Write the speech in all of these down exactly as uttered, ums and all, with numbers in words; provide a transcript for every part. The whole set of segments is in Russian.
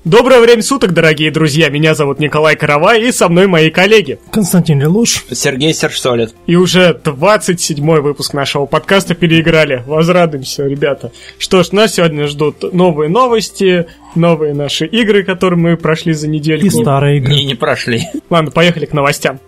Доброе время суток, дорогие друзья, меня зовут Николай Каравай, и со мной мои коллеги Константин Лелуш, Сергей Сержсолид. И уже двадцать седьмой выпуск нашего подкаста «Переиграли». Возрадуемся, ребята. Что ж, нас сегодня ждут новые новости, новые наши игры, которые мы прошли за недельку. И старые игры. И не прошли. Ладно, поехали к новостям.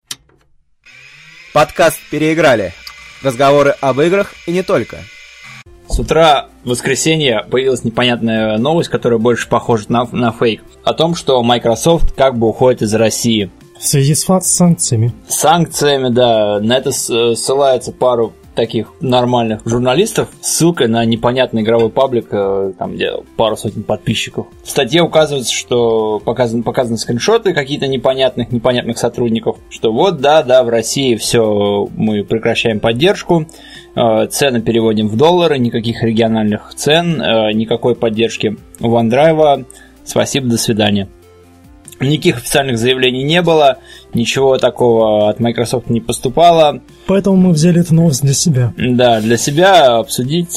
Подкаст «Переиграли». Разговоры об играх и не только. С утра в воскресенье появилась непонятная новость, которая больше похожа на, на фейк. О том, что Microsoft как бы уходит из России. В связи с санкциями. Санкциями, да. На это ссылается пару таких нормальных журналистов. Ссылка на непонятный игровой паблик, там где пару сотен подписчиков. В статье указывается, что показаны, показаны скриншоты какие-то непонятных, непонятных сотрудников. Что вот, да, да, в России все, мы прекращаем поддержку. Цены переводим в доллары, никаких региональных цен, никакой поддержки OneDrive. Спасибо, до свидания. Никаких официальных заявлений не было, ничего такого от Microsoft не поступало. Поэтому мы взяли эту новость для себя. Да, для себя обсудить,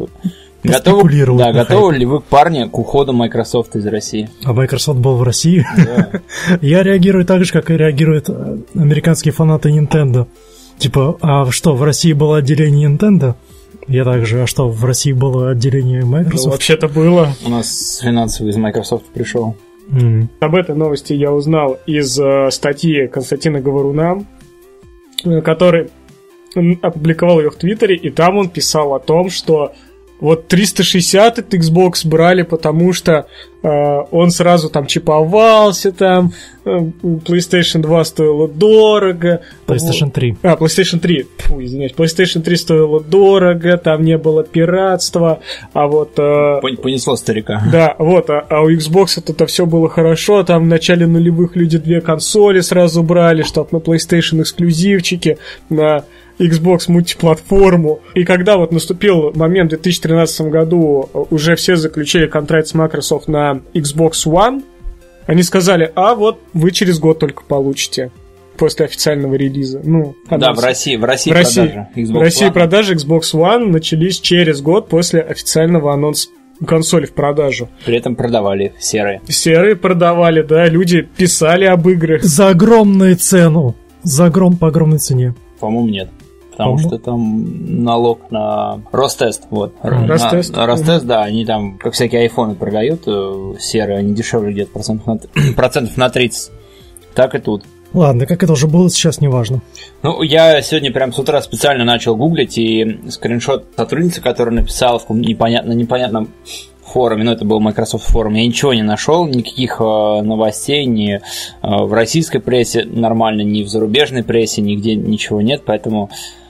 готовы, да, готовы ли вы, парни, к уходу Microsoft из России. А Microsoft был в России? Да. Я реагирую так же, как и реагируют американские фанаты Nintendo. Типа, а что, в России было отделение Nintendo? Я также, а что, в России было отделение Microsoft? Ну, вообще-то было. У нас финансовый из Microsoft пришел. Mm. Об этой новости я узнал из э, статьи Константина Говоруна, э, который опубликовал ее в Твиттере, и там он писал о том, что вот триста шестьдесят от Xbox брали, потому что э, он сразу там чиповался, там э, PlayStation два стоило дорого. PlayStation три. А, PlayStation три. Фу, извиняюсь. PlayStation три стоило дорого, там не было пиратства, а вот... Э, Понесло старика. Да, вот, а, а у Xbox это все было хорошо, там в начале нулевых люди две консоли сразу брали, чтоб на PlayStation эксклюзивчики, на Xbox мультиплатформу. И когда вот наступил момент в две тысячи тринадцатом году, уже все заключили контракт с Microsoft на Xbox One, они сказали, а вот вы через год только получите после официального релиза. Ну, да, в России, в России в продажи России, Xbox в России One. продажи Xbox One начались через год после официального анонса консоли в продажу. При этом продавали серые. Серые продавали, да, люди писали об играх. За огромную цену. За огром по огромной цене. По-моему, нет. Потому По-моему? что там налог на Ростест. Вот. Ростест. На, Ростест, да, они там, как всякие айфоны продают, серые, они дешевле где-то процентов на, процентов на тридцать. Так и тут. Ладно, как это уже было, сейчас не важно. Ну, я сегодня прям с утра специально начал гуглить, и скриншот сотрудницы, которая написала в непонятно, непонятном форуме, ну, это был Microsoft форум, я ничего не нашел, никаких э, новостей ни э, в российской прессе нормально, ни в зарубежной прессе, нигде ничего нет, поэтому,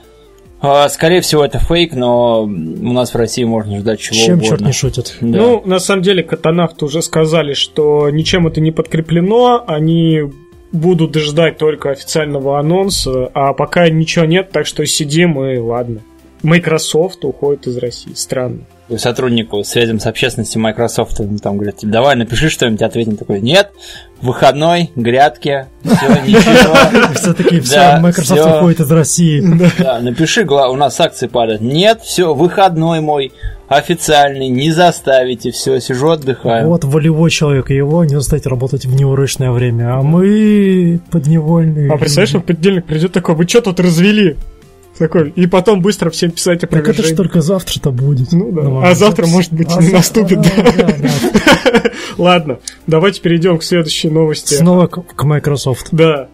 э, скорее всего, это фейк, но у нас в России можно ждать чего Чем угодно. черт не шутит. Да. Ну, на самом деле, катанавты уже сказали, что ничем это не подкреплено, они будут ждать только официального анонса, а пока ничего нет, так что сидим и ладно. Microsoft уходит из России, странно. Сотруднику связям с общественностью Microsoft там говорят, давай напиши что-нибудь, ответь, он такой, нет, выходной, грядки, все, ничего. Все-таки все, Microsoft уходит из России. Да, напиши, у нас акции падают. Нет, все, выходной мой, официальный, не заставите, все, сижу, отдыхаю. Вот волевой человек, его не заставить работать в неурочное время, а мы подневольные. А представляешь, в понедельник придет такой, вы что тут развели? Такой, и потом быстро всем писать опровержение. Так это ж только завтра-то будет. Ну да. Ну, а завтра, может быть, а не за... наступит. Да, да, да. Ладно, давайте перейдем к следующей новости. Снова к, к Microsoft. Да.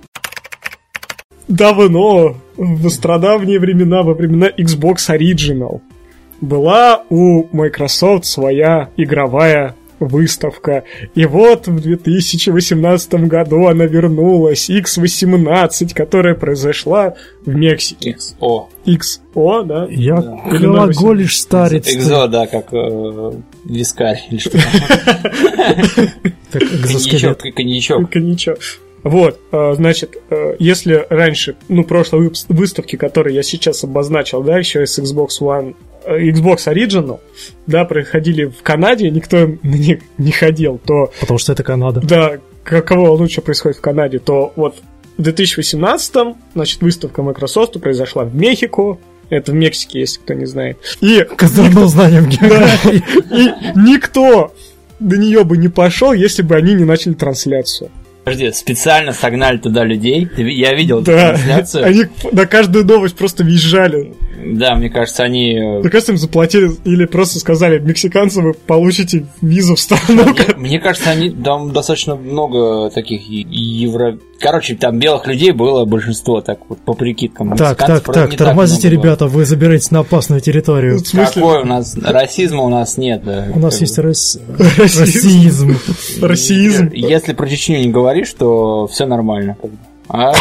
Давно, в стародавние времена, во времена Xbox Original, была у Microsoft своя игровая выставка. И вот в две тысячи восемнадцатом году она вернулась, икс восемнадцать, которая произошла в Мексике. икс о. икс о, да? Я да. глаголишь, старец. икс о, да, как э, вискарь или что-то. Как экзоскелет. Коньячок. Коньячок. Вот, значит, если раньше, ну, прошлой выставки, которую я сейчас обозначил, да, еще с Xbox One, Xbox Original, да, проходили в Канаде, никто на них не ходил, то... Потому что это Канада. Да, каково лучше происходит в Канаде, то вот в две тысячи восемнадцатом, значит, выставка Microsoft произошла в Мехико, это в Мексике, если кто не знает. И... Козырным знанием географии. И никто до нее бы не пошел, если бы они не начали трансляцию. Подожди, специально согнали туда людей. Я видел эту Да, трансляцию. они на каждую новость просто визжали. Да, мне кажется, они... Мне кажется, им заплатили или просто сказали: мексиканцы, вы получите визу в страну. Мне, мне кажется, они там достаточно много таких евро... Короче, там белых людей было большинство, так вот, по прикидкам. Так, так, так, тормозите, ребята, вы забираетесь на опасную территорию. Какой у нас? Расизма у нас нет. Да. У нас есть рас... расизм. Расизм. Если про Чечню не говоришь, то все нормально. А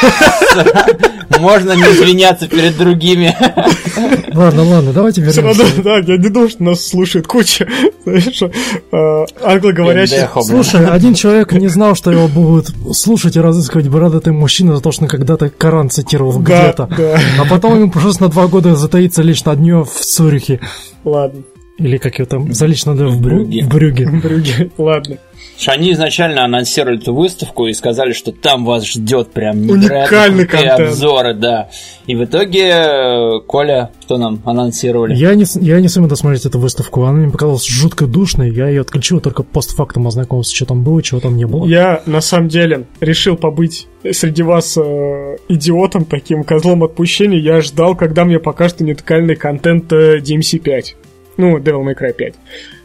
можно не извиняться перед другими. Ладно, ладно, давайте вернемся. Да, я не думаю, что нас слушает куча, знаешь, англоговорящих. Слушай, один человек не знал, что его будут слушать и разыскивать бородатый мужчина за то, что он когда-то Коран цитировал где-то. А потом ему пришлось на два года затаиться лично от нее в Цюрихе. Ладно. Или как его там, залично в Брюгге. В Брюгге. В Брюгге, ладно. Они изначально анонсировали эту выставку и сказали, что там вас ждет прям уникальный контент, обзоры, да. И в итоге, Коля, что нам анонсировали? Я не, я не сумел досмотреть эту выставку, она мне показалась жутко душной, я ее отключил только постфактум, ознакомился, что там было, чего там не было. Я, на самом деле, решил побыть среди вас э, идиотом, таким козлом отпущения. Я ждал, когда мне покажут уникальный контент э, ди эм си пять. Ну, Devil May Cry пять.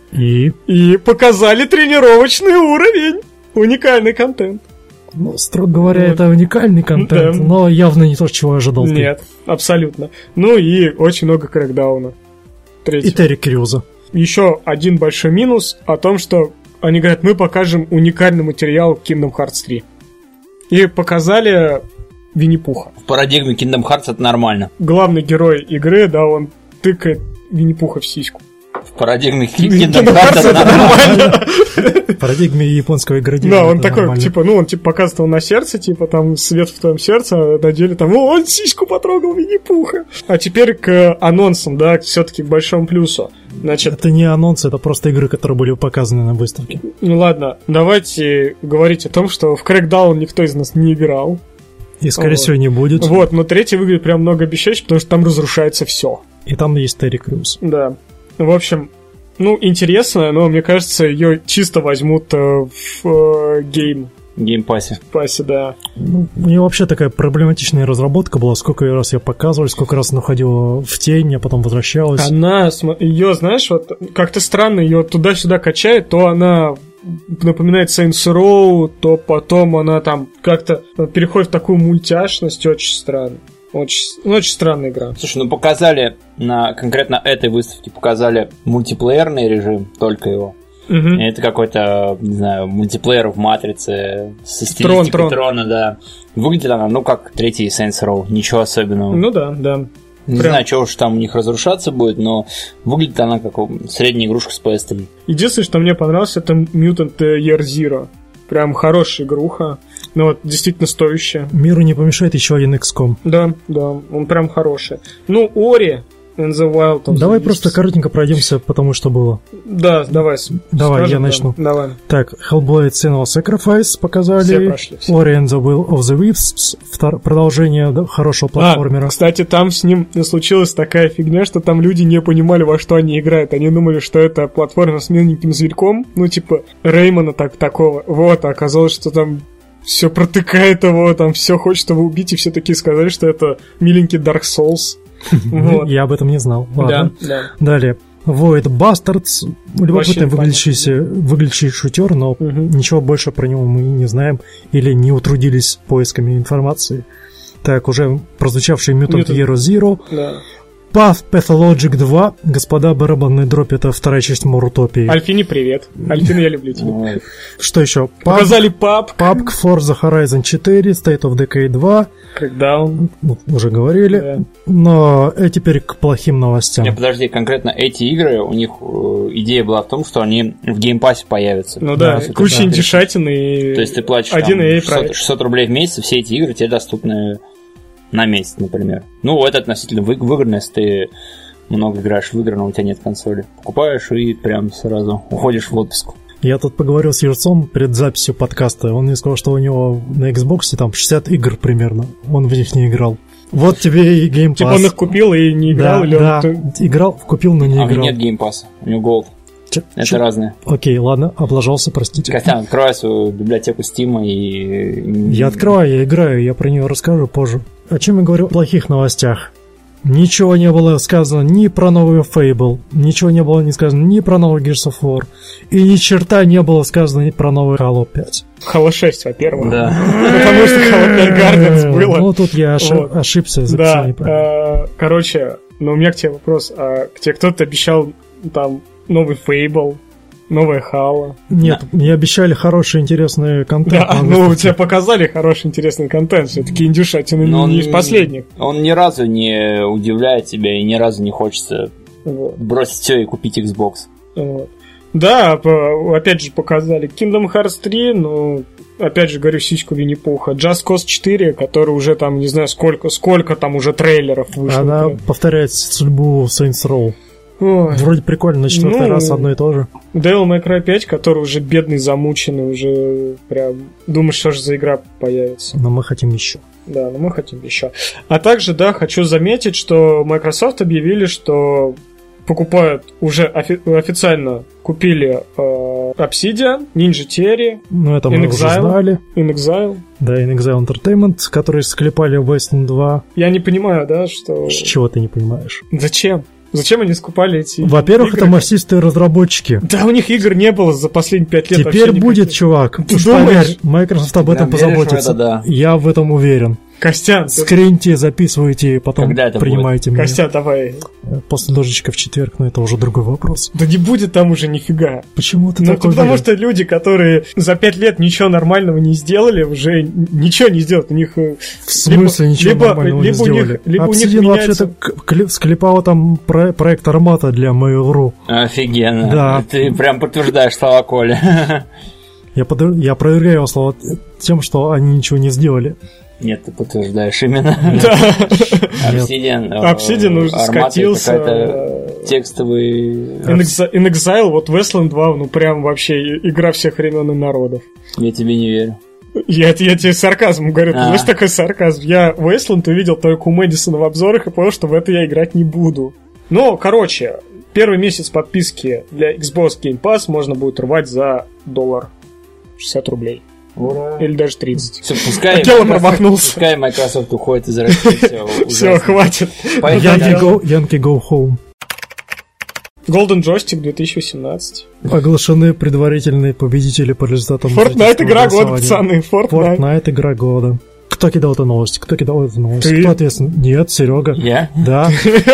И? И показали тренировочный уровень. Уникальный контент. Ну, строго говоря, вот. Это уникальный контент, да. Но явно не то, чего ожидал ты. Нет, абсолютно. Ну и очень много крэкдауна. Третьего. И Терри Крюза. Еще один большой минус о том, что они говорят, мы покажем уникальный материал Kingdom Hearts три. И показали Винни-Пуха. В парадигме Kingdom Hearts это нормально. Главный герой игры, да, он тыкает Винни-Пуха в сиську. В парадигме Kingdom Hearts это нормально. В парадигме японского игродела. Да, он такой, типа, ну, он типа показывал на сердце, типа, там, свет в твоем сердце, а на деле там, о, он сиську потрогал, Винни-Пуха. А теперь к анонсам, да, все-таки к большому плюсу. Значит, это не анонсы, это просто игры, которые были показаны на выставке. Ну ладно, давайте говорить о том, что в Crackdown никто из нас не играл. И, скорее вот. всего, не будет. Вот, но третий выглядит прям многообещающе, потому что там разрушается все. И там есть Терри Крюз. Да. В общем, ну, интересно, но мне кажется, ее чисто возьмут э, в э, гейм. Геймпассе. В пассе, да. Ну, у нее вообще такая проблематичная разработка была. Сколько раз ее показывали, сколько раз она уходила в тень, а потом возвращалась. Она, ее, знаешь, вот как-то странно, ее туда-сюда качает, то она напоминает Saints Row, то потом она там как-то переходит в такую мультяшность, очень странно. Очень, очень странная игра. Слушай, ну показали на конкретно этой выставке показали мультиплеерный режим, только его. Угу. И это какой-то, не знаю, мультиплеер в Матрице со стилистикой Трон, Трона, да. Выглядит она, ну, как третий Saints Row, ничего особенного. Ну да, да. Не Прям. знаю, что уж там у них разрушаться будет, но выглядит она как средняя игрушка с пи эс три. Единственное, что мне понравилось, это Mutant Year Zero. Прям хорошая игруха. Ну вот, действительно стоящая. Миру не помешает еще один икс ком. Да, да, он прям хороший. Ну, Ori and the Wild of Давай the просто Wisps. Коротенько пройдемся по тому, что было. Да, давай. Давай, скажем, я начну. Да. Давай. Так, Hellblade Senua's Sacrifice показали. Все прошли. Все. Ori and the Will of the Wisps. Втор... Продолжение да, хорошего платформера. А, кстати, там с ним случилась такая фигня, что там люди не понимали, во что они играют. Они думали, что это платформер с миленьким зверьком. Ну, типа, Реймона так, такого. Вот, а оказалось, что там все протыкает его, там все хочет его убить, и все такие сказали, что это миленький Dark Souls. Вот. Я об этом не знал. Ладно. Да, да. Далее. Void Bastards. Любопытный выглядящий, выглядящий шутер, но угу. ничего больше про него мы не знаем или не утрудились поисками информации. Так, уже прозвучавший Mutant Year Zero. Да. Path Pathologic два. Господа, барабанный дроп, это вторая часть Морутопии. Альфине, привет. Альфина, я люблю тебя. Что еще? Показали пабг. пабг, Forza Horizon четыре, State of Decay два. Crackdown. Ну, уже говорили. Да. Но э, теперь к плохим новостям. Не, подожди, конкретно эти игры, у них э, идея была в том, что они в геймпассе появятся. Ну да, да куча индюшатин и... То есть ты платишь там, шестьсот, шестьсот рублей в месяц, все эти игры тебе доступны на месяц, например. Ну, это относительно вы- выгодно, если ты много играешь в игры, но у тебя нет консоли. Покупаешь и прям сразу уходишь в отпуск. Я тут поговорил с Юрцом перед записью подкаста. Он мне сказал, что у него на Xbox там шестьдесят игр примерно. Он в них не играл. Вот тебе и Game Pass. Типа он их купил и не играл? Да, или да. он... играл, купил, но не а играл. А нет Game Pass, у него Gold. Ч- Это ч- разное. Окей, ладно, облажался, простите. Костян, открывай свою библиотеку Steam и... Я открываю, я играю, я про нее расскажу позже. О чем я говорю? О плохих новостях. Ничего не было сказано ни про новый Fable, ничего не было не сказано ни про новый Gears of War, и ни черта не было сказано ни про новый Halo пять. Halo шесть, во-первых. Да. Потому что Halo пять Guardians было. Ну, тут я ошиб- ошибся, записал Да, неправильно. э, короче, ну у меня к тебе вопрос. А к тебе кто-то обещал там новый Fable, новая Halo? Нет, мне обещали хороший, интересный контент. Да, на ну выставке. тебе показали хороший, интересный контент. Все-таки индюшатина Но не он- из последних. Он ни разу не удивляет тебя и ни разу не хочется Вот. бросить все и купить Xbox. Вот. Да, по- опять же показали Kingdom Hearts три, ну, опять же говорю, сиську Винни-Пуха. Just Cause четыре, который уже там, не знаю, сколько, сколько там уже трейлеров вышло. Она Прям. повторяет судьбу Saints Row. Ой. Вроде прикольно, но четвертый Ну, раз одно и то же. Devil May Cry пять, который уже бедный, замученный, уже прям думаешь, что же за игра появится. Но мы хотим еще. Да, но мы хотим еще. А также, да, хочу заметить, что Microsoft объявили, что покупают уже офи- официально купили э, Obsidian, Ninja Theory, Ну, это мы In уже Exile. знали. In Exile. Да, In Exile Entertainment, которые склепали Wasteland два. Я не понимаю, да, что... С чего ты не понимаешь? Зачем? Зачем они скупали эти Во-первых, игры? это массистые разработчики. Да, у них игр не было за последние пять лет. Теперь вообще будет, никаких. чувак. Ты Уж думаешь? поверь, Microsoft об этом Прям веришь в позаботится. это, да. Я в этом уверен. Костян, ты- Скриньте, записывайте, потом Когда это принимайте меня. Костян, давай. После дождичка в четверг, но это уже другой вопрос. Да не будет там уже нифига. Почему ты Ну, такой потому уверен? что люди, которые за пять лет ничего нормального не сделали, уже н- ничего не сделают. У них... э, В смысле либо- ничего либо- нормального либо не у них- сделали? либо у них Obsidian меняется- вообще-то к- кле- склепала там про- проект Армата для Mail.ru. Офигенно. Да. Ты прям подтверждаешь слова Коли. Я, подр- я проверяю его слова тем, что они ничего не сделали. Нет, ты подтверждаешь именно. Да. Obsidian. э, Obsidian уже Armata скатился. какая-то текстовый... In Exile, In Exile, вот Wasteland два, ну прям вообще и- игра всех времен и народов. Я тебе не верю. Я, я тебе сарказм говорю, ты А. знаешь, такой сарказм. Я Wasteland увидел только у Мэдисона в обзорах и понял, что в это я играть не буду. Но, короче, первый месяц подписки для Xbox Game Pass можно будет рвать за доллар шестьдесят рублей. Ура. Или даже тридцать. Все, пускай, Дело Microsoft- промахнулся. пускай Microsoft уходит из России. Все, Все, хватит. Поехали. Yankee go, Yankee go home. Golden Joystick две тысячи восемнадцать. Оглашены предварительные победители по результатам Fortnite зрительского игра года, голосования. пацаны. Fortnite. Fortnite игра года. Кто кидал эту новость? Кто кидал эту новость? Ты. Кто ответственный? Нет, Серега. Я? Да.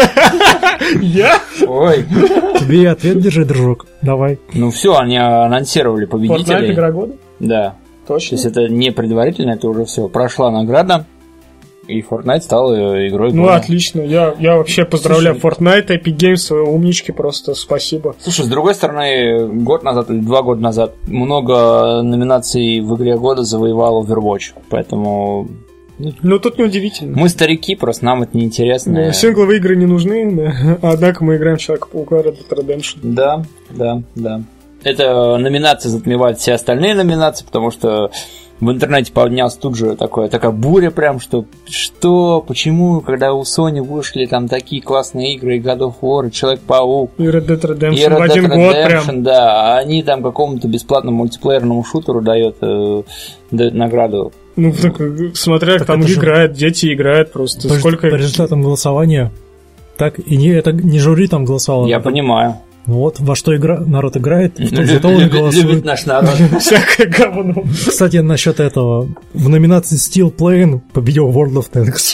Я? Ой. Тебе и ответ держи, дружок. Давай. Ну все, они анонсировали Fortnite победителей. игра года? Да. То Точно. есть это не предварительно, это уже все. Прошла награда, и Fortnite стал э, игрой Ну, года. отлично. Я, я вообще поздравляю Слушай. Fortnite, Epic Games, вы умнички, просто спасибо. Слушай, с другой стороны, год назад или два года назад много номинаций в игре года завоевал Overwatch. Поэтому Ну, тут неудивительно. мы старики, просто нам это неинтересно. Ну, сингловые игры не нужны, да. Однако мы играем в Человека-паука Red Dead Redemption. Да, да, да. Эта номинация затмевает все остальные номинации, потому что в интернете поднялась тут же такое, такая буря прям, что что, почему, когда у Sony вышли там такие классные игры, и God of War, и Человек-паук, И Red Dead Redemption и Red в Dead один год Redemption, прям. да, а они там какому-то бесплатному мультиплеерному шутеру дают, э, дают награду. Ну, так, смотря, Так там это же- играют, дети играют просто. По, Сколько... по результатам голосования. Так, и не, это не жюри там голосовало. Я понимаю. Ну вот, во что игра, народ играет, в то, Любит, за то он и любит- голосует. любит наш народ. Всякое говно. Кстати, насчет этого. В номинации Steel Playing победил World of Tanks.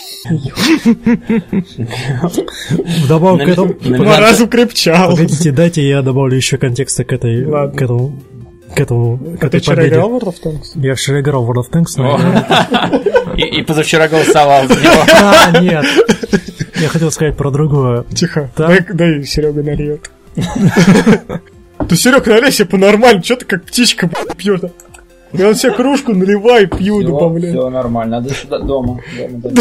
Вдобавок к этому... Номи- Два раза крепчал. Погодите, дайте я добавлю еще контекста к этой... Ладно. К этому... К этому... К А ты этой вчера победе. играл в World of Tanks? Я вчера играл в World of Tanks, но... О. И, и позавчера голосовал за него. А, нет. Я хотел сказать про другое. Тихо. Да? Дай, дай Серега нальет. Ты, Серега, налей себе по-нормально, что ты как птичка б***ь, пьет? Я он себе кружку наливай, пью, добавляю. Все нормально, надо еще дома. дома, дома.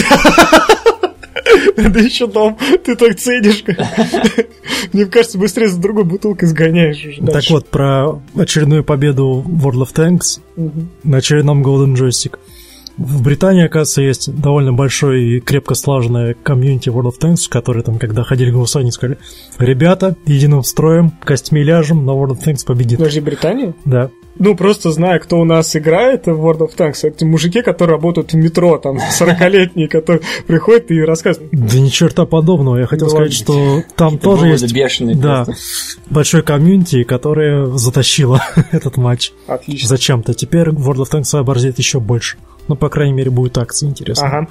Да еще дом, ты так ценишь. Мне кажется, быстрее за другой бутылкой сгоняешь уже Так дальше. вот, про очередную победу World of Tanks Мгм. на очередном Golden Joystick. В Британии, оказывается, есть довольно большой и крепко слаженная комьюнити World of Tanks, которые там, когда ходили голосовать, они сказали: ребята, единым строем, костьми ляжем, но World of Tanks победит. Подожди, Британия? Да. Ну, просто зная, кто у нас играет в World of Tanks, это мужики, которые работают в метро, там, сорокалетние, которые приходят и рассказывают. Да ни черта подобного. Я хотел сказать, что там тоже есть бешеный, да, большой комьюнити, которое затащило этот матч. Отлично. Зачем-то. Теперь World of Tanks оборзеет еще больше. Ну, по крайней мере, будет акция интересная. Ага.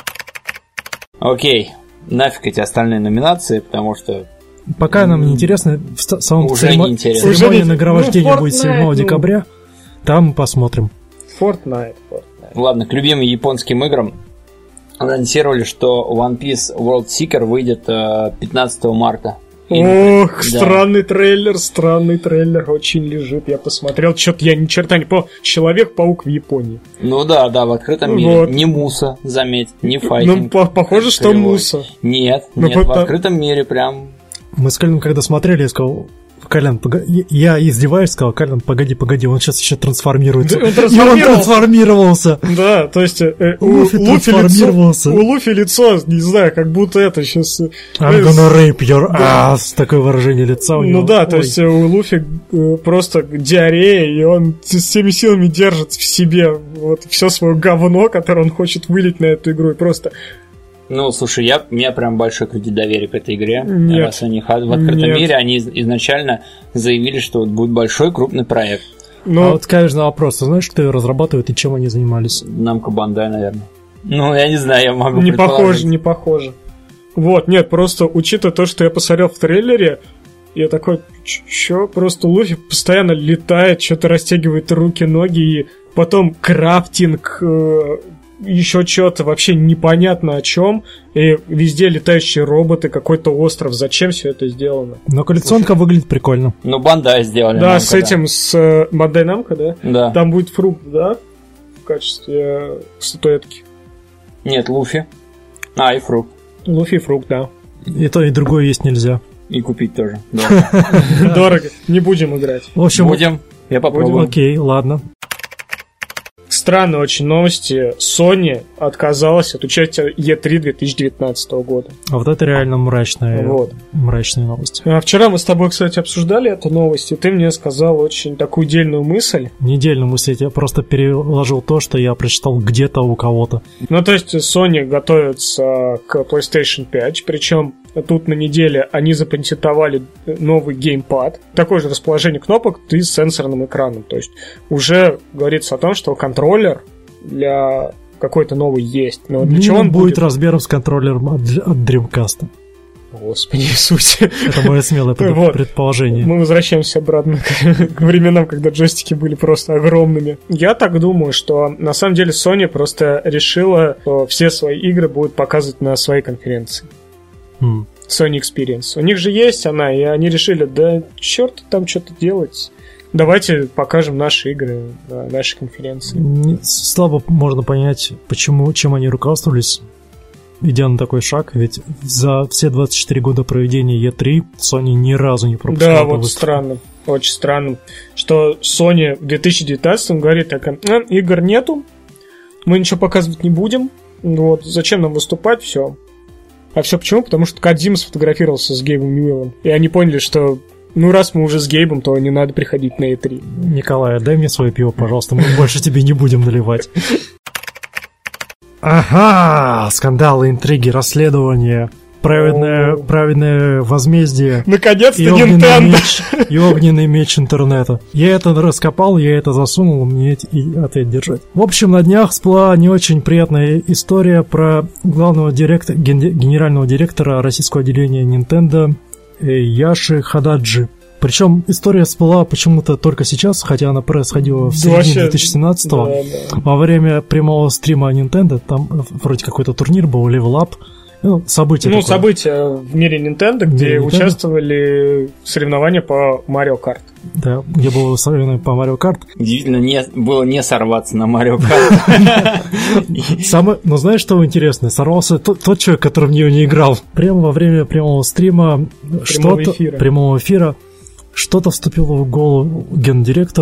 Окей. Нафиг эти остальные номинации, потому что... Пока нам не интересно, в самом уже церемо... не интересно. церемония уже награждения ну, будет седьмого ну... декабря. Там посмотрим. Fortnite, Fortnite. Ладно, к любимым японским играм. Анонсировали, что One Piece World Seeker выйдет пятнадцатого марта. Ох, да. странный трейлер, странный трейлер, очень лежит. Я посмотрел, что-то я ни черта не понял. Человек-паук в Японии. Ну да, да, в открытом мире. Вот. Не муса, заметь, не файтинг. Ну, по- похоже, что Кривой. муса. Нет, Ну, нет, в по- открытом мире прям... Мы с Калином, когда смотрели, я сказал: Колян, погоди. Я издеваюсь, сказал: Колян, погоди, погоди, он сейчас еще трансформируется. Да, он И он трансформировался. трансформировался. Да, то есть э, у Луфи Луфи трансформировался. лицо, у Луфи лицо, не знаю, как будто это сейчас... I'm gonna rape your ass. Такое выражение лица у него. Ну да, то Ой. есть э, у Луфи э, просто диарея, и он с всеми силами держит в себе вот все свое говно, которое он хочет вылить на эту игру, и просто... Ну, слушай, я, у меня прям большой кредит доверия к этой игре. Нет. Раз они в открытом Нет. мире, они из- изначально заявили, что вот будет большой крупный проект. Ну, А вот скажешь на вопрос: ты знаешь, кто ее разрабатывает и чем они занимались? Намко Бандай, наверное. Ну, я не знаю, я могу не предположить. похоже, не похоже. Вот, нет, просто учитывая то, что я посмотрел в трейлере, я такой, чё? Просто Луфи постоянно летает, что-то растягивает руки, ноги, и потом крафтинг, э, еще что-то вообще непонятно о чем, и везде летающие роботы, какой-то остров. Зачем все это сделано? Но коллекционка выглядит прикольно. Ну, Бандай сделали. Да, Namco, с этим, с э, Бандай Намко, да? Да. Там будет фрукт, да? В качестве э, статуэтки. Нет, Луфи. А, и фрукт. Луфи фрукт, да. И то, и другое есть нельзя. И купить тоже. Да. Дорого. Не будем играть. В общем, Будем. Я попробую. окей, ладно. Странные очень новости. Sony отказалась от участия и три две тысячи девятнадцатого года. А вот это реально мрачная, Вот. мрачная новость. А вчера мы с тобой, кстати, обсуждали эту новость, и ты мне сказал очень такую дельную мысль. Недельно мыслить, я просто переложил то, что я прочитал где-то у кого-то. Ну, то есть Sony готовится к PlayStation пять, причем тут на неделе они запатентовали новый геймпад. Такое же расположение кнопок и с сенсорным экраном. То есть уже говорится о том, что контроллер для какой-то новый есть. Но для Не чего он будет будет? размером с контроллером от, от Dreamcast. Господи Иисусе. Это мое смелое пред- Вот. предположение. Мы возвращаемся обратно к, к временам, когда джойстики были просто огромными. Я так думаю, что на самом деле Sony просто решила, что все свои игры будут показывать на своей конференции. М. Sony Experience. У них же есть она, и они решили, да черт там что-то делать. Давайте покажем наши игры на нашей конференции. Не- слабо можно понять, почему, чем они руководствовались, идя на такой шаг, ведь за все двадцать четыре года проведения и три Sony ни разу не пропускала. Да, эту вот выставку. странно. Очень странно, что Sony в две тысячи девятнадцатом говорит, так, «А, игр нету, мы ничего показывать не будем, вот, зачем нам выступать, все. А все почему? Потому что Кодзима сфотографировался с Гейбом Ньюэллом, и они поняли, что ну раз мы уже с Гейбом, то не надо приходить на и три. Николай, дай мне свое пиво, пожалуйста, мы больше тебе не будем наливать. Ага, скандалы, интриги, расследования, праведное, О. праведное возмездие. Наконец-то И огненный, Nintendo! меч, и огненный меч интернета. Я это раскопал, я это засунул, мне эти- и ответ держать. В общем, на днях всплыла не очень приятная история про главного директора, ген- генерального директора российского отделения Nintendo э, Яши Хададжи. Причем история всплыла почему-то только сейчас, хотя она происходила в середине Вообще, две тысячи семнадцатого. Да, да. Во время прямого стрима Nintendo, там э, вроде какой-то турнир был, Level Up, ну, событие Ну, такое. события в мире Nintendo, где мире Nintendo. участвовали в соревнованиях по Mario Kart. Да, где было соревнование по Mario Kart. Удивительно не, было не сорваться на Марио Карт. Самое, но знаешь, что интересное? Сорвался тот, тот человек, который в нее не играл. Прямо во время прямого стрима, Прямого что-то, эфира. прямого эфира, что-то вступило в голову гендиректору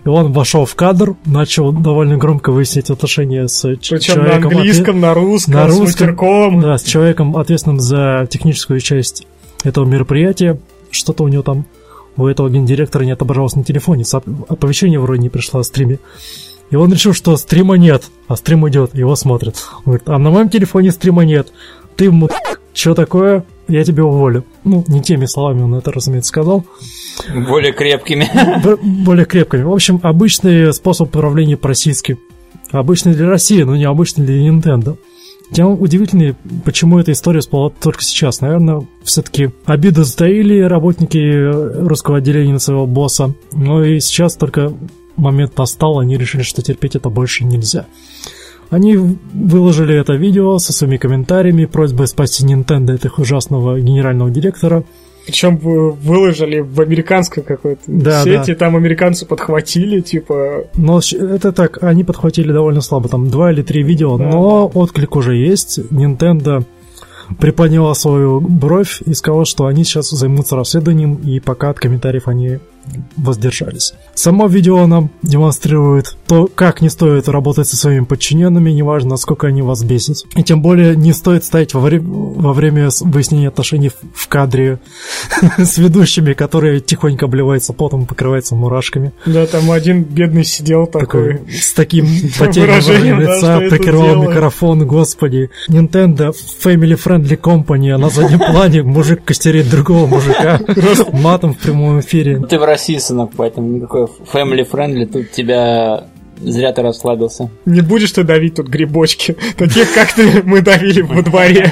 И он вошел в кадр, начал довольно громко выяснять отношения с Причем человеком... на английском, на русском, на русском, с матерком. Да, с человеком, ответственным за техническую часть этого мероприятия. Что-то у него там, у этого гендиректора не отображалось на телефоне. Оповещение вроде не пришло о стриме. И он решил, что стрима нет, а стрим идет, его смотрят. Он говорит, а на моем телефоне стрима нет. Ты, м***, что такое? Я тебя уволю. Ну, не теми словами он это, разумеется, сказал. Более крепкими. Б- более крепкими. В общем, обычный способ управления по-российски. Обычный для России, но не обычный для Nintendo. Тем удивительнее, почему эта история всплыла только сейчас. Наверное, все-таки обиды затаили работники русского отделения на своего босса. Но и сейчас только момент настал, они решили, что терпеть это больше нельзя. Они выложили это видео со своими комментариями, просьбой спасти Nintendo от их ужасного генерального директора. Причем выложили в американской какой-то да, сети, да. Там американцы подхватили, типа... Но это так, они подхватили довольно слабо, там два или три видео, да. Но отклик уже есть. Nintendo приподняла свою бровь и сказала, что они сейчас займутся расследованием, и пока от комментариев они воздержались. Само видео нам демонстрирует то, как не стоит работать со своими подчиненными, неважно, насколько они вас бесят. И тем более не стоит стоять во, вре- во время выяснения отношений в, в кадре с ведущими, которые тихонько обливаются потом и покрываются мурашками. Да, там один бедный сидел такой... такой с таким потерянным лица, да, прикрывал микрофон, господи. Nintendo Family Friendly Company, а на заднем плане мужик костерит другого мужика матом в прямом эфире. Ты в России, сынок, поэтому никакой family friendly, тут тебя зря ты расслабился. Не будешь ты давить тут грибочки, таких, как ты, мы давили во дворе.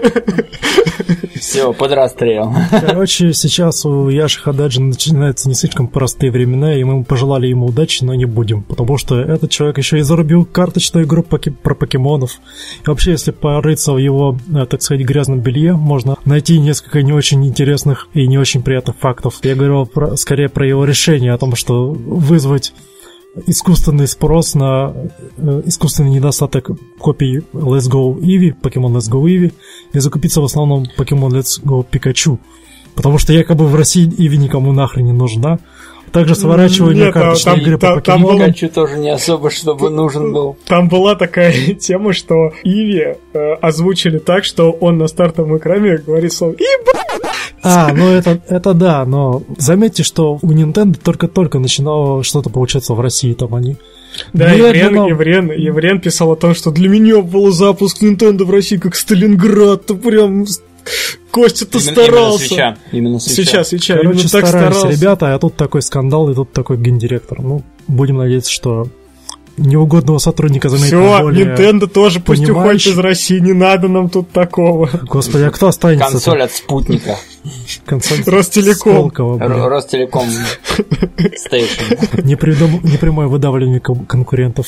Все, под расстрел. Короче, сейчас у Яши Хададжи начинаются не слишком простые времена, и мы пожелали ему удачи, но не будем, потому что этот человек еще и зарубил карточную игру поки- про покемонов. И вообще, если порыться в его, так сказать, грязном белье, можно найти несколько не очень интересных и не очень приятных фактов. Я говорил про, скорее про его решение о том, что вызвать искусственный спрос на э, искусственный недостаток копий Let's Go Eevee, Pokemon Let's Go Eevee, и закупиться в основном Pokemon Let's Go Pikachu. Потому что якобы в России Eevee никому нахрен не нужна. Также сворачивание карточной игры по покемонам. Пикачу тоже не особо, чтобы нужен был. Там была такая тема, что Иви э, озвучили так, что он на стартовом экране говорит слово «Иба!». А, ну это, это да, но заметьте, что у Nintendo только-только начинало что-то получаться в России, там они... Да, Еврен, Еврен, Еврен писал о том, что для меня был запуск Nintendo в России как Сталинград, то прям... Костя-то именно, старался. Именно свеча. Именно свеча. Свеча, свеча. Короче, именно так старались старался. ребята, а тут такой скандал, и тут такой гендиректор. Ну, будем надеяться, что неугодного сотрудника заметит Все, более... Nintendo тоже пусть уходит понимающий. из России, не надо нам тут такого. Господи, а кто останется? Консоль от спутника. Консоль Ростелеком. Сколково, блин. Р- Ростелеком Station. Непридум- Непрямое выдавливание кон- конкурентов.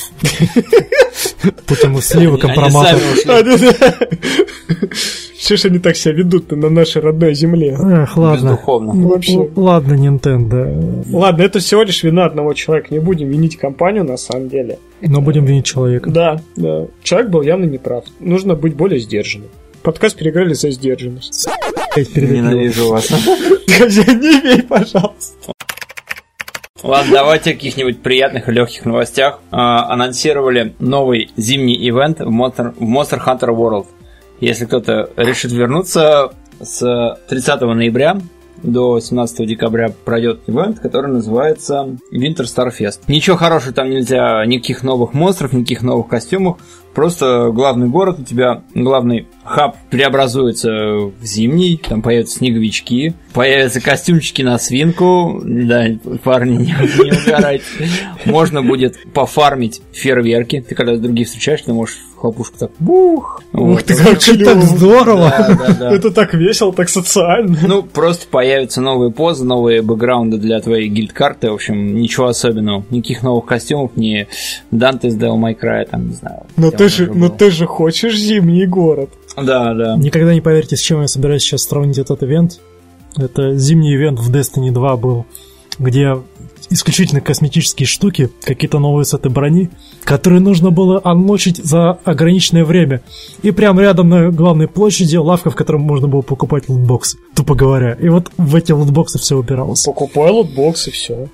Путем сливы, Они компромата. сами ушли. А, да-да. Что ж они так себя ведут-то на нашей родной земле? Эх, ладно. Бездуховно. Ну, вообще. Л- Ладно, Nintendo. Ладно, это всего лишь вина одного человека. Не будем винить компанию на самом деле. Но будем винить человека. Да, да. Человек был явно неправ. Нужно быть более сдержанным. Подкаст переиграли за сдержанность. Ненавижу вас. Не бей, пожалуйста. Ладно, давайте о каких-нибудь приятных и легких новостях. А, анонсировали новый зимний ивент в Monster, в Monster Hunter World. Если кто-то решит вернуться, с тридцатого ноября до семнадцатого декабря пройдет ивент, который называется Winter Star Fest. Ничего хорошего там нельзя, никаких новых монстров, никаких новых костюмов. Просто главный город у тебя, главный хаб преобразуется в зимний, там появятся снеговички, появятся костюмчики на свинку, да, парни, не, не угорайте. Можно будет пофармить фейерверки, ты когда других встречаешь, ты можешь хлопушку так бух. Ух вот. ты, как клево. Так здорово! Да, да, да. Это так весело, так социально. Ну, просто появятся новые позы, новые бэкграунды для твоей гильд-карты, в общем, ничего особенного. Никаких новых костюмов, ни Dante's Devil May Cry, там, не знаю. Но ты же, но ты же хочешь зимний город. Да, да. Никогда не поверите, с чем я собираюсь сейчас сравнить этот ивент. Это зимний ивент в Destiny два был, где исключительно косметические штуки, какие-то новые сеты брони, которые нужно было анлочить за ограниченное время. И прямо рядом на главной площади лавка, в которой можно было покупать лутбоксы, тупо говоря. И вот в эти лутбоксы все убиралось. Покупай лутбокс и все.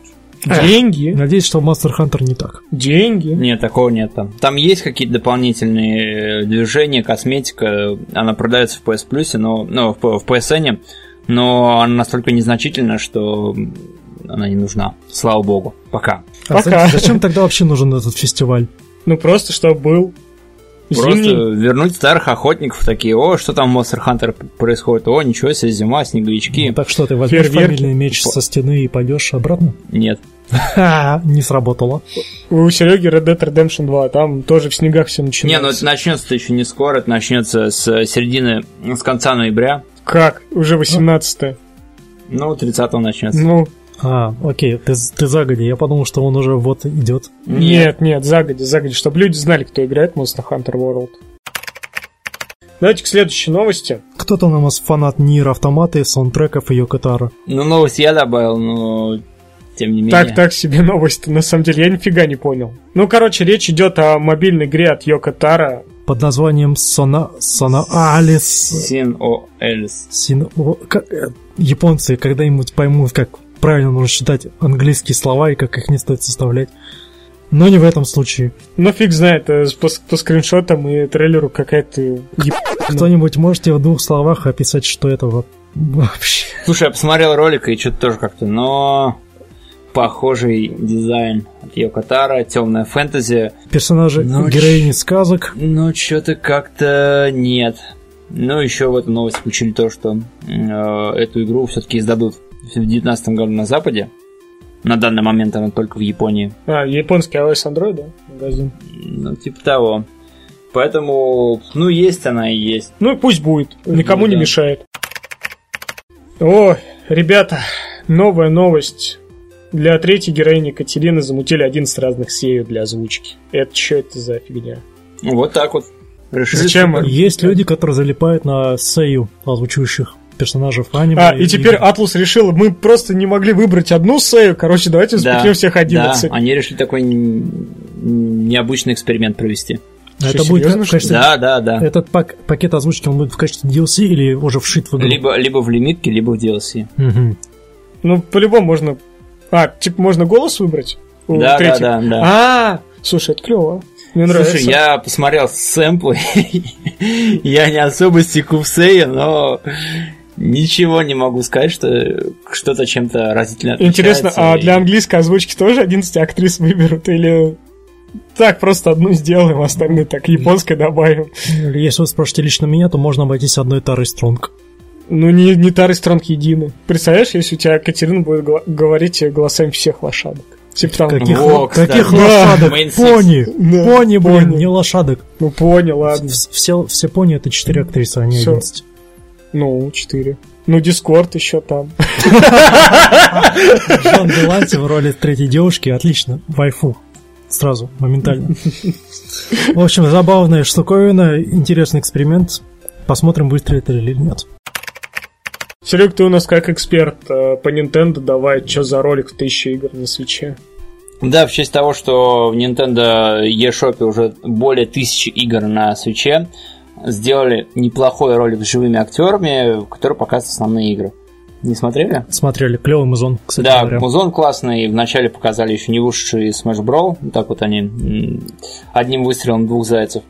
Деньги? Надеюсь, что в Monster Hunter не так. Деньги? Нет, такого нет там. Там есть какие-то дополнительные движения, косметика. Она продается в пи эс Plus, но, ну, в, в пи эс эн, но она настолько незначительна, что она не нужна. Слава богу. Пока. А Пока. Зачем тогда вообще нужен этот фестиваль? Ну, просто чтобы был Просто зимний. Вернуть старых охотников, такие: о, что там в Monster Hunter происходит? О, ничего себе, зима, снеговички. Ну, так что, ты возьмешь Фейерверки. Фамильный меч со стены и пойдешь обратно? Нет. Не сработало. У Сереги Red Dead Redemption два, там тоже в снегах все начинается. Не, ну это начнется еще не скоро, это начнется с середины, с конца ноября. Как? Уже восемнадцатое. Ну, тридцатого начнется. Ну. А, окей, ты, ты загоди, я подумал, что он уже вот идет. Нет, нет, загоди, загоди, чтобы люди знали, кто играет в Monster Hunter World. Давайте к следующей новости. Кто-то у нас фанат Нир Автомата, саундтреков и Йоко Таро. Ну, новость я добавил, но тем не менее. Так, так себе новость, на самом деле, я нифига не понял. Ну, короче, речь идет о мобильной игре от Йоко Таро. Под названием Сона... Сона... Алис... Син О Элис. Син О... Японцы когда-нибудь поймут, как правильно нужно считать английские слова и как их не стоит составлять. Но не в этом случае. Ну, фиг знает, по, по скриншотам и трейлеру какая-то... Еб... Кто-нибудь можете в двух словах описать, что это вообще? Слушай, я посмотрел ролик и что-то тоже как-то, но... Похожий дизайн от Йоко Таро, темная фэнтези. Персонажи, но героини ч... сказок. Ну, что-то как-то нет. Ну, еще в эту новость включили то, что э, эту игру все-таки издадут в две тысячи девятнадцатом году на Западе. На данный момент она только в Японии. А, японский iOS Android, да? Магазин. Ну, типа того. Поэтому, ну, есть она и есть. Ну, пусть будет. Пусть Никому будет, не да. мешает. О, ребята, новая новость. Для третьей героини Катерины замутили одиннадцать разных сею для озвучки. Это что это за фигня? Вот так вот. Решили. Зачем? Есть люди, которые залипают на сею озвучивающих персонажей аниме. А, и, и теперь Atlus решил, мы просто не могли выбрать одну сею, короче, давайте запихнем да, всех одиннадцать. Да, они решили такой необычный эксперимент провести. А это будет в качестве... Да, да, да. Этот пак, пакет озвучки, он будет в качестве ди эл си или уже вшит в игру? Либо, либо в лимитке, либо в ди эл си. Угу. Ну, по-любому можно... А, типа можно голос выбрать? Да, да, да, да. А, слушай, это клево. Мне нравится. Слушай, я посмотрел сэмплы, я не особо стеку в сею, но ничего не могу сказать, что что-то чем-то разительно отличается. Интересно, а для английской озвучки тоже одиннадцать актрис выберут или... Так, просто одну сделаем, остальные так японской добавим. Если вы спросите лично меня, то можно обойтись одной Тарой Стронг. Ну, не, не Тары Стронг едины. Представляешь, если у тебя Катерина будет гла- говорить голосами всех лошадок? Типа там... Каких, О, каких да, лошадок? Пони! Да, пони, блин, пони. не лошадок. Ну, пони, ладно. Все, все пони — это четыре актрисы, а не Всё. одиннадцать. Ну, четыре. Ну, Дискорд еще там. Джон Деланти в роли третьей девушки, отлично, вайфу. Сразу, моментально. В общем, забавная штуковина, интересный эксперимент. Посмотрим, выстрелит или нет. Серег, ты у нас как эксперт э, по Nintendo, давай, что за ролик в тысяче игр на Switch'е? Да, в честь того, что в Nintendo eShop уже более тысячи игр на Switch'е, сделали неплохой ролик с живыми актерами, который показывает основные игры. Не смотрели? Смотрели, клевый музон, кстати да, говоря. Да, музон классный. Вначале показали еще не вышедший Smash Bros. Так вот они одним выстрелом двух зайцев.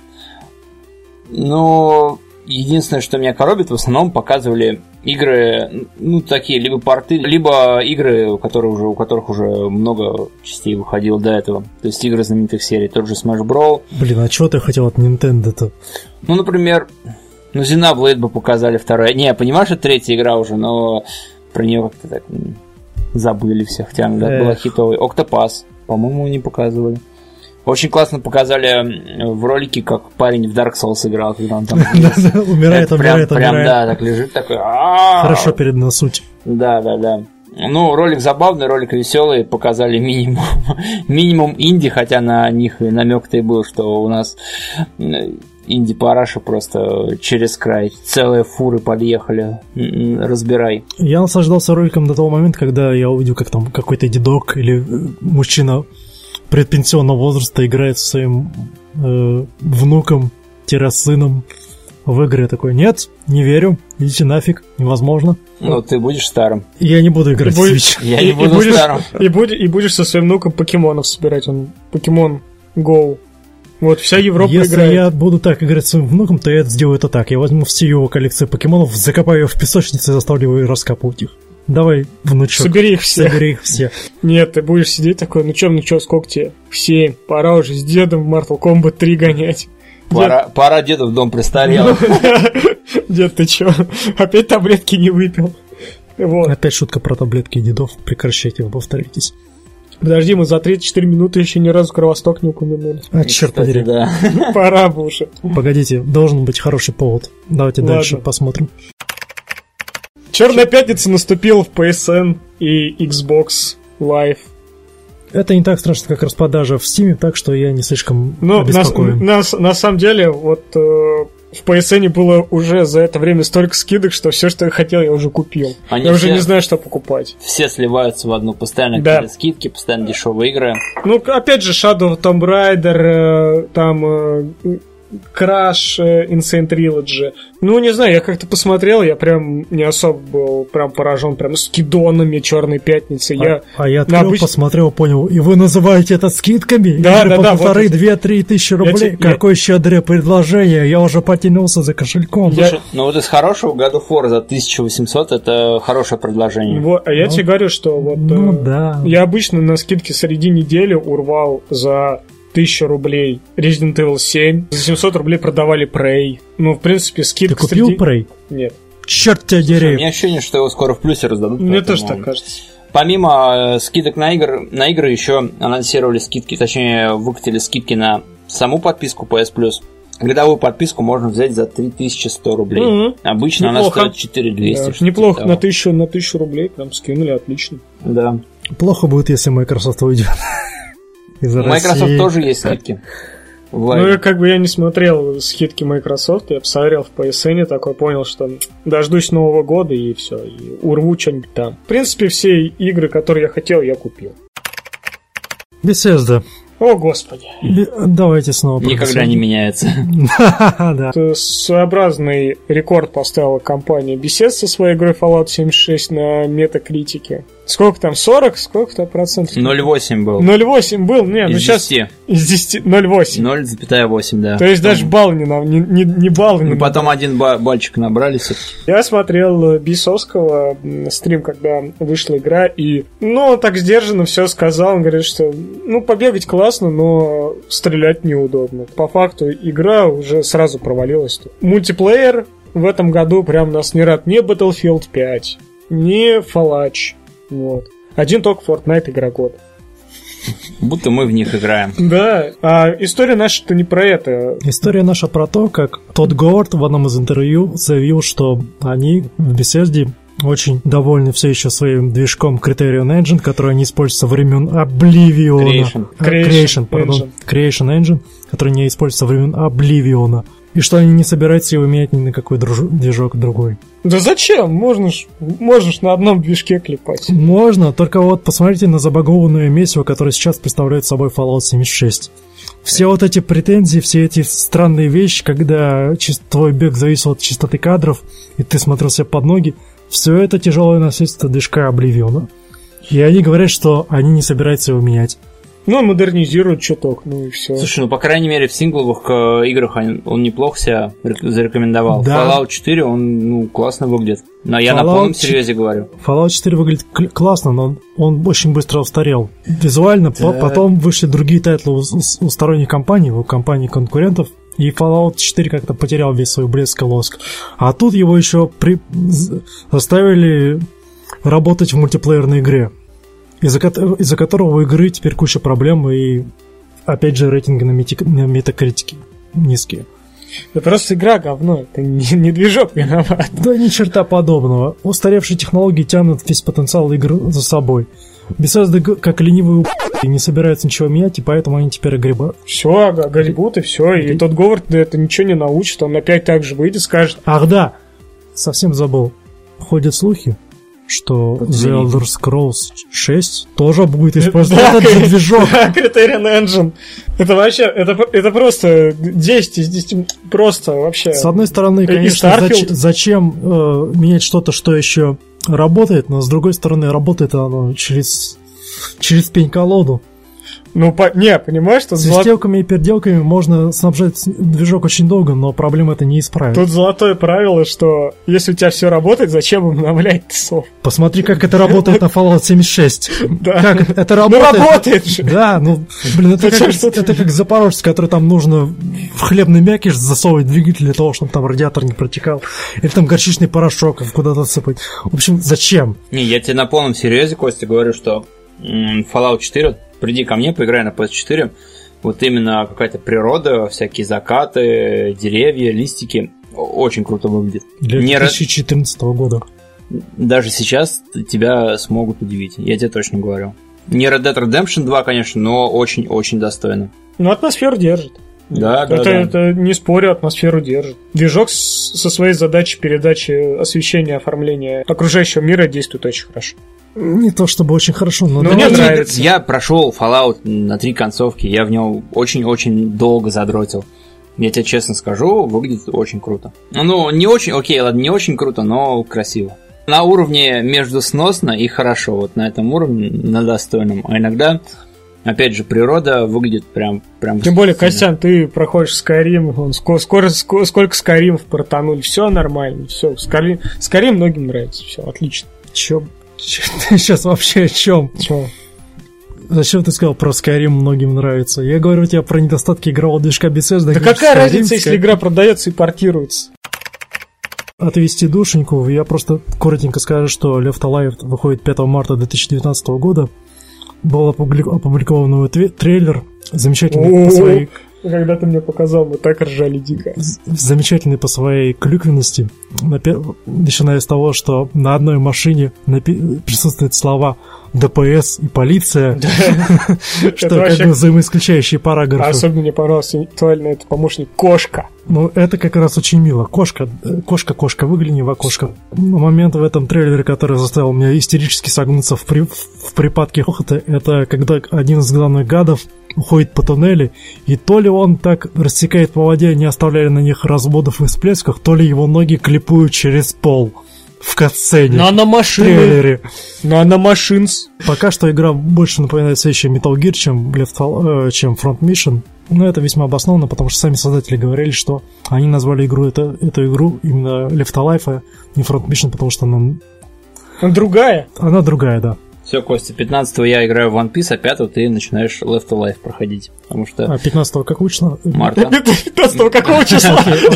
Но единственное, что меня коробит, в основном показывали игры, ну, такие, либо порты, либо игры, у которых уже, у которых уже много частей выходило до этого. То есть игры знаменитых серий, тот же Smash Bros. Блин, а чего ты хотел от Nintendo-то? Ну, например, ну, Xenoblade бы показали вторая. Не, понимаешь, это третья игра уже, но про нее как-то так забыли все, хотя она да, была хитовой. Octopass, по-моему, не показывали. Очень классно показали в ролике, как парень в Dark Souls играл, когда он там умирает, умирает, прям, да, так лежит, такой. Хорошо перед на суть. Да, да, да. Ну, ролик забавный, ролик веселый, показали минимум, минимум инди, хотя на них и намек-то и был, что у нас инди-параша просто через край. Целые фуры подъехали. Разбирай. Я наслаждался роликом до того момента, когда я увидел, как там какой-то дедок или мужчина предпенсионного возраста играет со своим э, внуком-сыном в игры. Я такой, нет, не верю, идите нафиг, невозможно. Ну, ты будешь старым. Я не буду играть в Switch. Я не буду старым. И будешь со своим внуком покемонов собирать, он Pokemon Go. Вот, вся Европа Если играет. Если я буду так играть с своим внуком, то я это сделаю это так. Я возьму всю его коллекцию покемонов, закопаю ее в песочнице и заставлю его раскапывать их. Давай, внучок. Собери их все. Собери их все. Нет, ты будешь сидеть такой, ну чё, ну чё, сколько тебе? Семь. Пора уже с дедом в Mortal Kombat три гонять. Пора, Дед... пора деда в дом престарелых. Дед, ты чё? Опять таблетки не выпил? Вот. Опять шутка про таблетки дедов. Прекращайте, вы повторитесь. Подожди, мы за тридцать-четыре минуты еще ни разу Кровосток не упомянули. А, черт подери. Да. Пора бы уже. Погодите, должен быть хороший повод. Давайте Ладно. Дальше посмотрим. Черная пятница наступила в пи эс эн и Xbox Live. Это не так страшно, как распродажа в Steam, так что я не слишком Но обеспокоен. На, на, на самом деле, вот э, в пи эс эн было уже за это время столько скидок, что все, что я хотел, я уже купил. Они я все, уже не знаю, что покупать. Все сливаются в одну. Постоянно да. какие-то скидки, постоянно дешевые игры. Ну, опять же, Shadow of Tomb Raider, э, там... Э, Crash, Insane Trilogy. Ну, не знаю, я как-то посмотрел, я прям не особо был прям поражен прям скидонами Черной пятницы. А я, а я открыл, обыч... посмотрел, понял. И вы называете это скидками? Да, да, по да. полторы, вот две, три тысячи рублей. Я Какое я... щедрое предложение. Я уже потянулся за кошельком. Я... Слушай, ну вот из хорошего God of War за тысяча восемьсот это хорошее предложение. Вот, а я ну, тебе говорю, что вот ну, э, да. я обычно на скидке среди недели урвал за тысячу рублей Resident Evil семь. За семьсот рублей продавали Prey. Ну, в принципе, скидка... Ты купил среди... Prey? Нет. Черт тебя дери. У меня ощущение, что его скоро в плюсе раздадут. Мне поэтому... тоже так кажется. Помимо э, скидок на, игр, на игры еще анонсировали скидки, точнее, выкатили скидки на саму подписку пи эс Plus. Годовую подписку можно взять за три тысячи сто рублей. Mm-hmm. Обычно неплохо. Она стоит четыре тысячи двести. Да, неплохо, на тысячу, на тысячу рублей прям скинули, отлично. Да. Плохо будет, если Microsoft уйдет. У Microsoft тоже есть скидки. Ну, я как бы я не смотрел скидки Microsoft, я посмотрел в пи эс эн, такой понял, что дождусь Нового года и все, и урву что-нибудь там. В принципе, все игры, которые я хотел, я купил. Bethesda. О, господи. Давайте снова. Никогда не меняется. Да. Своеобразный рекорд поставила компания Bethesda со своей игрой Fallout семьдесят шесть на метакритике. Сколько там, сорок? Сколько-то процентов? ноль целых восемь был. ноль целых восемь был? Не, ну сейчас... Из десяти. ноль целых восемь. ноль целых восемь, да. То есть даже балл не, не, не, не балл не. Ну потом один ба- бальчик набрали все-таки. Я смотрел Бисовского стрим, когда вышла игра, и, ну, он так сдержанно все сказал. Он говорит, что, ну, побегать классно, но стрелять неудобно. По факту игра уже сразу провалилась. Мультиплеер в этом году прям нас не рад. Не Battlefield пять, не Fallout. Вот. Один только Fortnite игра года. Будто мы в них играем. Да, а история наша-то не про это. История наша про то, как Тодд Говард в одном из интервью заявил, что они в Bethesda очень довольны все еще своим движком Criterion Engine, который они используют со времен Oblivion. Creation. Creation, Creation, пардон. Engine. Creation Engine, который не используют со времен Oblivion. И что они не собираются его менять ни на какой друж... движок другой. Да зачем? Можно ж, можно ж на одном движке клепать. Можно, только вот посмотрите на забагованное месиво, которое сейчас представляет собой Fallout семьдесят шесть. Все вот эти претензии, все эти странные вещи, когда чист... твой бег зависел от частоты кадров, и ты смотрел себе под ноги, все это тяжелое наследство движка Oblivion. И они говорят, что они не собираются его менять. Ну, модернизируют чуток, ну и все. Слушай, ну, по крайней мере, в сингловых э, играх он, он неплохо себя зарекомендовал. Да. Fallout четыре, он, ну, классно выглядит. Но я Fallout на полном серьезе говорю. Fallout четыре выглядит кл- классно, но он очень быстро устарел. Визуально, да. по- потом вышли другие тайтлы у, у, у сторонних компаний, у компаний-конкурентов, и Fallout четыре как-то потерял весь свой блеск и лоск. А тут его еще при... заставили работать в мультиплеерной игре. Из-за, ко- из-за которого у игры теперь куча проблем и, опять же, рейтинги на, мети- на метакритике низкие. Да просто игра говно, это не, не движок виноват. Да ни черта подобного. Устаревшие технологии тянут весь потенциал игры за собой. Bethesda как ленивые и не собираются ничего менять, и поэтому они теперь огребают. Все, огребут и все. И тот Говард да, это ничего не научит, он опять так же выйдет, скажет. Ах да, совсем забыл. Ходят слухи, что The Elder Scrolls шесть тоже будет использовать этот же движок. Да, Criterion Engine. Это вообще, это, это просто десять из десяти, просто вообще. С одной стороны, конечно, зач, зачем э, менять что-то, что еще работает, но с другой стороны, работает оно через, через пень-колоду. Ну, по... не, понимаешь, что... С сделками и переделками можно снабжать движок очень долго, но проблем это не исправит. Тут золотое правило, что если у тебя все работает, зачем обновлять софт? Посмотри, как это работает на Fallout семьдесят шесть. Да. Как это работает? Ну, работает же! Да, ну, блин, это как, это как Запорожец, который там нужно в хлебный мякиш засовывать двигатель для того, чтобы там радиатор не протекал. Или там горчичный порошок куда-то сыпать. В общем, зачем? Не, я тебе на полном серьезе, Костя, говорю, что м- Fallout четыре... Приди ко мне, поиграй на пи эс четыре. Вот именно какая-то природа, всякие закаты, деревья, листики. Очень круто выглядит. Для две тысячи четырнадцатого года. Даже сейчас тебя смогут удивить. Я тебе точно говорю. Не Red Dead Redemption два, конечно, но очень-очень достойно. Ну, атмосферу держит. Да, да, это, да. Это, не спорю, атмосферу держит. Движок с, со своей задачей передачи, освещения, оформления окружающего мира действует очень хорошо. Не то чтобы очень хорошо, но, но да, мне нравится. Я прошел Fallout на три концовки, я в нем очень-очень долго задротил. Я тебе честно скажу, выглядит очень круто. Ну, не очень, окей, ладно, не очень круто, но красиво. На уровне между сносно и хорошо, вот на этом уровне, на достойном. А иногда, опять же, природа выглядит прям... прям Тем более, Костян, ты проходишь Skyrim, он скоро, скоро, сколько Skyrim протонули, все нормально, все. Skyrim, Skyrim многим нравится, все, отлично. Чё? Ты сейчас вообще о чем? Чё? Зачем ты сказал про Skyrim многим нравится? Я говорю тебе про недостатки игрового движка Bethesda. Да какая разница, если игра продается и портируется? Отвести душеньку, я просто коротенько скажу, что Left Alive выходит пятого марта две тысячи девятнадцатого года. Был опубликован новый трейлер, замечательный по своей... Когда ты мне показал, мы так ржали дико. Замечательный по своей клюквенности. Начиная с того, что на одной машине присутствуют слова ДПС и полиция, что как бы взаимоисключающие параграфы. Особенно мне понравился интеллектуально это помощник кошка. Ну, это как раз очень мило. Кошка, кошка, кошка, выгляни в окошко. Момент в этом трейлере, который заставил меня истерически согнуться в, при, в припадке хохота, это когда один из главных гадов уходит по туннелю, и то ли он так рассекает по воде, не оставляя на них разводов и всплесков, то ли его ноги клипуют через пол в катсцене. Но на машине. Но на машинс. Пока что игра больше напоминает следующий Metal Gear, чем, Left, э, чем Front Mission. Но это весьма обоснованно, потому что сами создатели говорили, что они назвали игру это, эту игру именно Left Alive, а не Front Mission, потому что она... Она другая? Она другая, да. Все, Костя, пятнадцатого я играю в One Piece, а пятого ты начинаешь Left Alive проходить. Потому что... А пятнадцатого какого числа? Марта. пятнадцатого какого числа?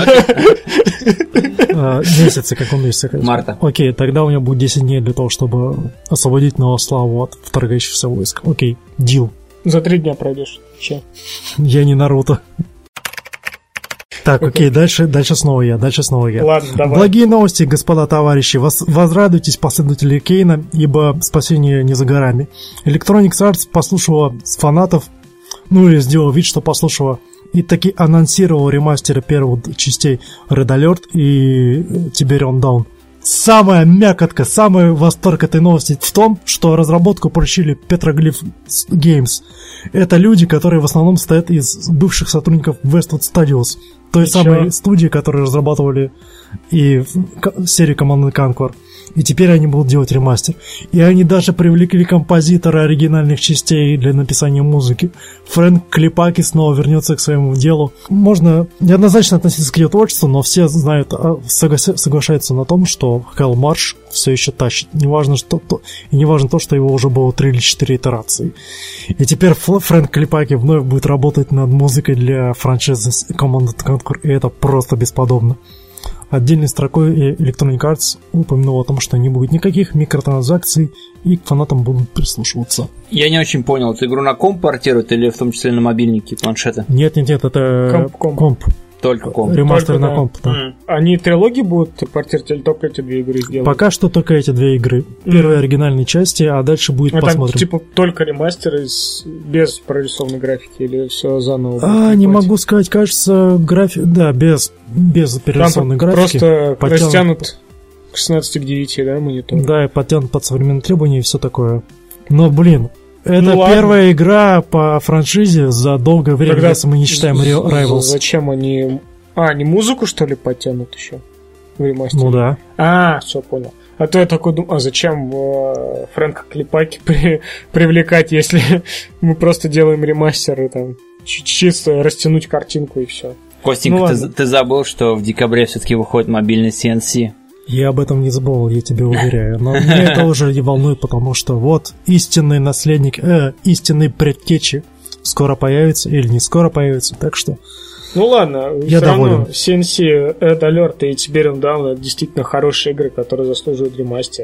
Месяца, как он месяц. Марта. Окей, тогда у меня будет десять дней для того, чтобы освободить Новославу от вторгающихся войск. Окей, дил. За три дня пройдешь. Че? Я не Наруто. Так, окей, дальше, дальше снова я, дальше снова я. Ладно, давай. Благие новости, господа товарищи. Вас, возрадуйтесь, последователи Кейна, ибо спасение не за горами. Electronic Arts послушала фанатов, ну или сделала вид, что послушала, и таки анонсировал ремастеры первых частей Red Alert и Tiberium Dawn. Самая мякотка, самый восторг этой новости в том, что разработку поручили Petroglyph Games. Это люди, которые в основном состоят из бывших сотрудников Westwood Studios, той и самой чё? студии, которые разрабатывали и серию Command and Conquer. И теперь они будут делать ремастер. И они даже привлекли композитора оригинальных частей для написания музыки. Фрэнк Клипаки снова вернется к своему делу. Можно неоднозначно относиться к ее творчеству, но все знают, согла- соглашаются на том, что Hell March все еще тащит. Неважно, что, то, и неважно то, что его уже было три или четыре итерации. И теперь Фрэнк Клипаки вновь будет работать над музыкой для франшизы Command and Conquer, и это просто бесподобно. Отдельной строкой Electronic Arts упомянул о том, что не будет никаких микротранзакций и к фанатам будут прислушиваться. Я не очень понял, эту игру на комп портируют или в том числе на мобильники и планшеты? Нет, нет, нет, это комп. комп. комп. Только комп. Ремастер только, на да. комп, да. Mm. Они трилогии будут портировать или только эти две игры сделают? Пока что только эти две игры. Первые mm. оригинальные части, а дальше будет а посмотрим. Там, типа только ремастеры из... без прорисованной графики или все заново? А, не могу сказать, кажется, график... Да, без, без перерисованной там графики. Просто растянут к шестнадцати к девяти, да, монитор? Да, и подтянут под современные требования и все такое. Но, блин, это ну, первая игра по франшизе за долгое время, Тогда если мы не считаем Rivals. Зачем они... А, они музыку, что ли, подтянут еще в ремастере? Ну да. А, все, понял. А то я такой думаю, а зачем э, Фрэнка Клипаки при, привлекать, если мы просто делаем ремастер и там чисто растянуть картинку и все. Костенька, ну, ты, ты забыл, что в декабре все-таки выходит мобильный си эн си? Я об этом не забыл, я тебе уверяю. Но меня это уже не волнует, потому что вот истинный наследник, э, истинный предтечи скоро появится или не скоро появится, так что... Ну ладно, я все доволен. равно си эн си, Ed Alert и Tiberium Down это действительно хорошие игры, которые заслуживают ремастера.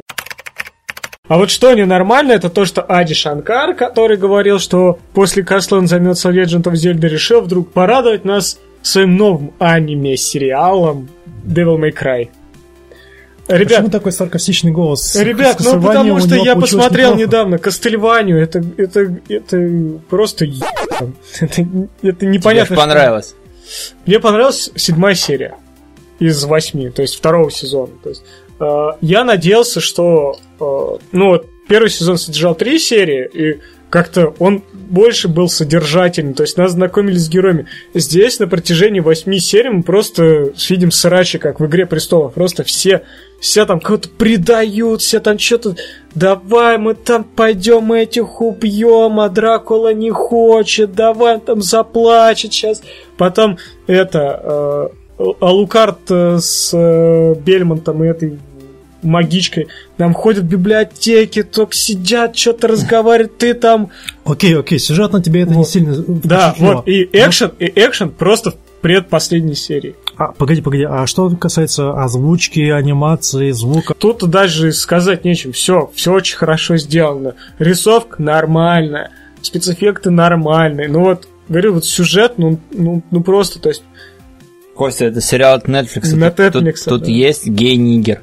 А вот что ненормально, это то, что Ади Шанкар, который говорил, что после Castle он займется Legend of Zelda, решил вдруг порадовать нас своим новым аниме-сериалом Devil May Cry. Ребят, почему такой саркастичный голос? Ребят, ну потому что я посмотрел недавно Кастельванию, это, это, это просто это, это непонятно. Тебе понравилось? Мне понравилась седьмая серия из восьми, то есть второго сезона. То есть, э, я надеялся, что э, ну вот первый сезон содержал три серии, и как-то он больше был содержательный, то есть нас знакомили с героями. Здесь на протяжении восьми серий мы просто видим срачи, как в «Игре престолов». Просто все, все там кого-то предают, все там что-то... Давай мы там пойдем этих убьем, а Дракула не хочет, давай он там заплачет сейчас. Потом это... Э, Алукард с э, Бельмонтом и этой... магичкой, там ходят в библиотеке, только сидят, что-то разговаривают, ты там... Окей, окей, сюжетно тебе это вот. не сильно впечатлило. Да, вот, и экшен, и экшен просто в предпоследней серии. А, погоди, погоди, а что касается озвучки, анимации, звука? Тут даже сказать нечем, все, все очень хорошо сделано. Рисовка нормальная, спецэффекты нормальные, ну вот, говорю, вот сюжет, ну, ну, ну просто, то есть... Костя, это сериал от Netflix. На тут, Netflix, тут, да. Тут есть гей-нигер.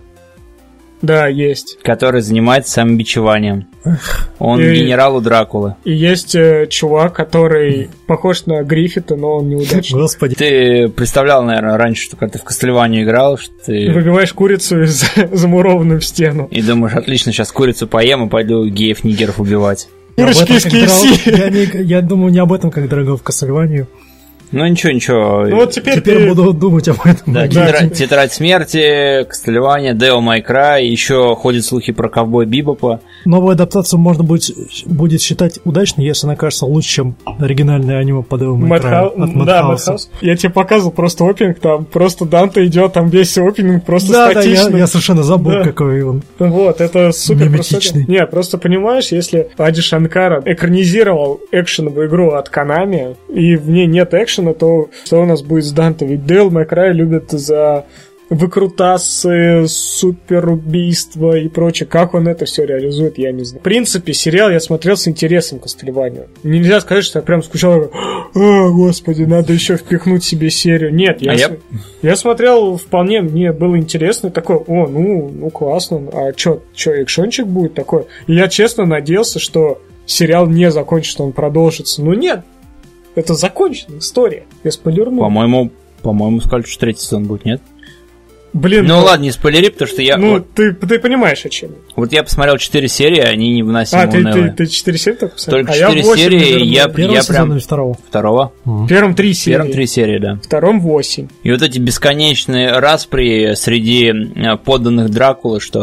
Да, есть. Который занимается самобичеванием. Он и, генерал у Дракулы. И есть э, чувак, который похож на Гриффита, но он неудачный. Господи. Ты представлял, наверное, раньше, что когда ты в Кастельванию играл, что ты... Выбиваешь курицу из замурованную в стену. И думаешь, отлично, сейчас курицу поем и пойду геев-нигеров убивать. Курочки из кей эф си. Я, не, я думаю не об этом, как дорого в Кастельванию. Ну ничего, ничего. Ну вот теперь, теперь ты... буду думать об этом. Да, да, тетрадь, тетрадь смерти, Кастельвания, Devil May Cry, еще ходят слухи про Ковбой Бибопа. Новую адаптацию можно будет, будет считать удачной, если она кажется лучше, чем оригинальное аниме по Devil May Cry от Madhouse. Да, Madhouse. Я тебе показывал просто опенинг, там просто Данте идет, там весь опенинг просто да, статичный. Да, я, я совершенно забыл, да. какой он. Вот, это супер миметичный. Не, просто понимаешь, если Ади Шанкара экранизировал экшеновую игру от Konami, и в ней нет экшена, то что у нас будет с Данте? Ведь Devil May Cry любят за выкрутасы, суперубийства и прочее. Как он это все реализует, я не знаю. В принципе, сериал я смотрел с интересом Кастельванию. Нельзя сказать, что я прям скучал. О, господи, надо еще впихнуть себе серию. Нет, я, а с... я... я смотрел вполне, мне было интересно. Такой, о, ну, ну классно. А что, что, экшончик будет такой? И я честно надеялся, что сериал не закончится, он продолжится. Но нет. Это законченная история. Я спойлернул. По-моему, по-моему, сказали, что третий сезон будет, нет? Блин. Ну, ну ладно, не спойлери, потому что я... Ну, вот, ты, ты понимаешь, о чем. Вот я посмотрел четыре серии, они невыносимо А, ты, унылые. ты, ты четыре серии только посмотрел? Только а четыре я серии, я, Первого я сезона прям... или второго? Второго. В первом три серии. В первом три серии, да. В втором восемь. И вот эти бесконечные распри среди подданных Дракулы, что...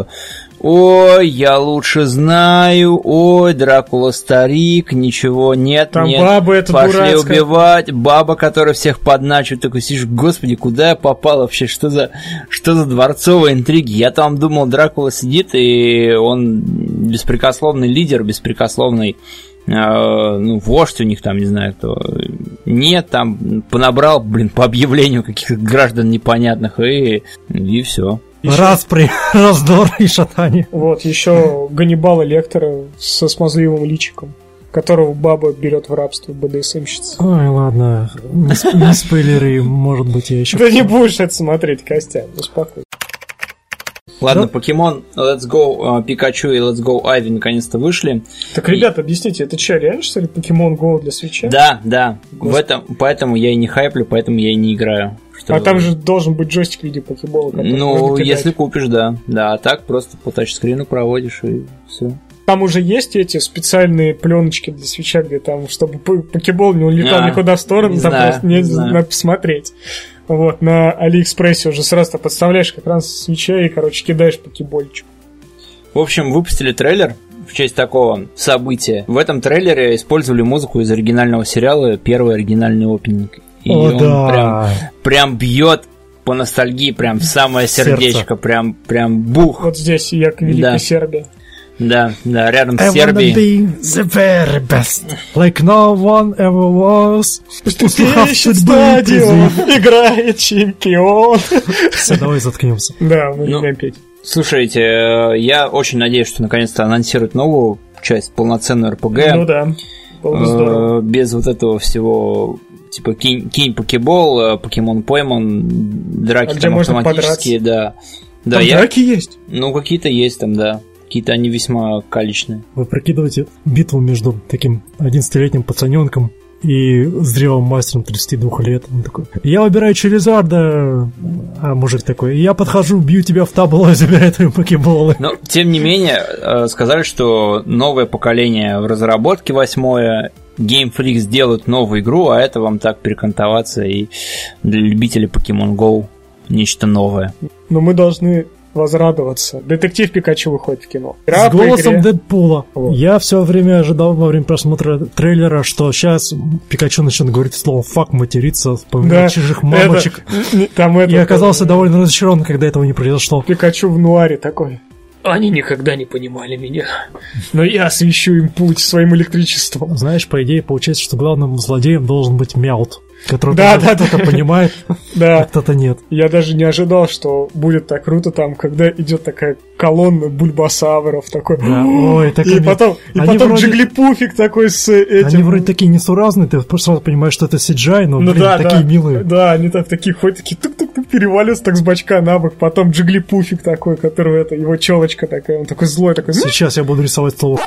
Ой, я лучше знаю, ой, Дракула старик, ничего нет, там нет, баба эта пошли дурацкая. убивать, баба, которая всех подначивает, такой сидишь, господи, куда я попал вообще, что за, что за дворцовые интриги, я там думал, Дракула сидит, и он беспрекословный лидер, беспрекословный, э, ну, вождь у них там, не знаю кто, нет, там понабрал, блин, по объявлению каких-то граждан непонятных, и, и все. Еще... Распри, раздор и шатание. Вот, еще Ганнибала Лектора со смазливым личиком, которого баба берет в рабство БДСМщица. Ой, ладно, не, сп- не спойлеры, может быть, я еще... Да не будешь это смотреть, Костя, успокойся. Ладно, Да? покемон Let's Go Пикачу и Let's Go Айви наконец-то вышли. Так, ребята, объясните, это что, реально, что ли, Покемон Go для свитча? Да, да, в этом, поэтому я и не хайплю, поэтому я и не играю. что... А там же должен быть джойстик в виде покебола. Ну, если купишь, да. Да, а так просто по тачскрину проводишь и все. Там уже есть эти специальные пленочки для свитча, где там, чтобы покебол не улетал а, никуда в сторону, там знаю, просто не, надо посмотреть. Вот, на Алиэкспрессе уже сразу ты подставляешь как раз свитча и, короче, кидаешь покебольчик. В общем, выпустили трейлер в честь такого события. В этом трейлере использовали музыку из оригинального сериала, первый оригинальный опенинг. И О, он да. прям, прям бьет по ностальгии, прям в самое сердечко, Сердце. прям, прям бух. Вот здесь я к Великой да. Сербии. Да, да, рядом с I Сербией. Be the very best, like no one ever was. Пустующий стадион, играет чемпион. Все, давай заткнемся. Да, мы не будем петь. Слушайте, я очень надеюсь, что наконец-то анонсируют новую часть, полноценную эр пи джи. Ну да, было бы здорово. Без вот этого всего... Типа кинь, кинь покебол, покемон пойман, драки а там автоматические, да. да. Там я... драки есть? Ну, какие-то есть там, да. Какие-то они весьма калечные. Вы прикидываете битву между таким одиннадцатилетним пацаненком и зрелым мастером тридцати двух лет. Он такой: я выбираю Charizard, а мужик такой: я подхожу, бью тебя в табло и забираю твои покеболы. Но, тем не менее, сказали, что новое поколение в разработке, восьмое, Game Freak сделают новую игру, а это вам так перекантоваться, и для любителей Pokemon Go нечто новое. Но мы должны возрадоваться. Детектив Пикачу выходит в кино. Игра с голосом Дэдпула. Вот. Я все время ожидал во время просмотра трейлера, что сейчас Пикачу начнет говорить слово «фак», материться, вспоминать да, чужих мамочек. Это, там это, и оказался это... довольно разочарован, когда этого не произошло. Пикачу в нуаре такой: они никогда не понимали меня, но я освещу им путь своим электричеством. Знаешь, по идее, получается, что главным злодеем должен быть Мяут, который да, да, кто-то да. понимает, да. а кто-то нет. Я даже не ожидал, что будет так круто там, когда идет такая колонна бульбасавров такой. Да. Ой, так и они... потом, и они потом вроде... Джиглипуфик такой с этим. Они вроде такие несуразные, ты просто сразу понимаешь, что это си джи ай, но, ну, блин, да, такие да. милые. Да, они там такие ходят, такие тук-тук-тук, перевалился так с бочка на бок, потом Джиглипуфик такой, который это, его челочка такая, он такой злой, такой. Сейчас я буду рисовать слово.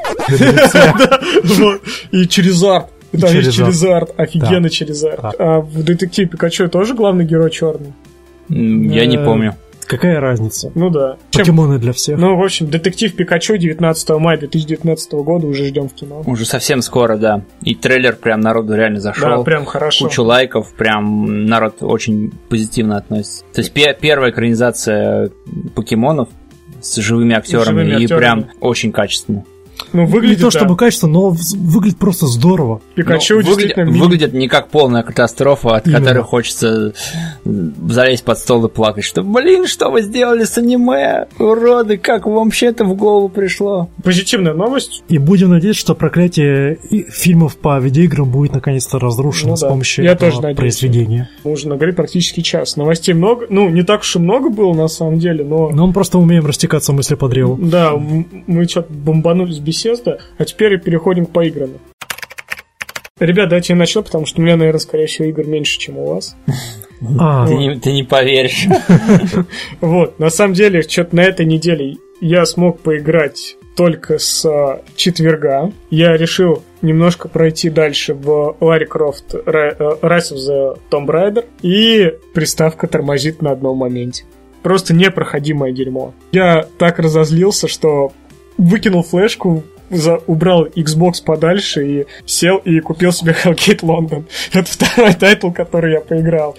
И Charizard. Да, есть Charizard, офигенный Charizard. А в Детективе Пикачу тоже главный герой черный? Я не помню. Какая разница? Ну да. Покемоны для всех. Ну, в общем, Детектив Пикачу девятнадцатого мая две тысячи девятнадцатого года уже ждем в кино. Уже совсем скоро, да. И трейлер прям народу реально зашел. Да, прям хорошо. Кучу лайков, прям народ очень позитивно относится. То есть первая экранизация покемонов с живыми актерами, с живыми и актерами. Прям очень качественно. Ну, выглядит, не то да. чтобы качественно, но выглядит просто здорово. Пикачу ну, выглядит, выглядит не как полная катастрофа, от Именно. которой хочется залезть под стол и плакать, что, блин, что вы сделали с аниме, уроды, как вам вообще это в голову пришло? Позитивная новость. И будем надеяться, что проклятие фильмов по видеоиграм будет наконец-то разрушено ну, с да. помощью Я этого тоже произведения. Мы уже наговорили практически час. Новостей много, ну, не так уж и много было на самом деле, но... Но мы просто умеем растекаться мысли по древу. Да, мы что-то бомбанулись без Bethesda, а теперь переходим к поигранным. Ребят, давайте я начну, потому что у меня, наверное, скорее всего, игр меньше, чем у вас. А. Ты, не, ты не поверишь. Вот, на самом деле, что-то на этой неделе я смог поиграть только с четверга. Я решил немножко пройти дальше в Lara Croft Rise of the Tomb Raider, и приставка тормозит на одном моменте. Просто непроходимое дерьмо. Я так разозлился, что выкинул флешку, за, убрал Xbox подальше и сел и купил себе Hellgate London. Это второй тайтл, который я поиграл.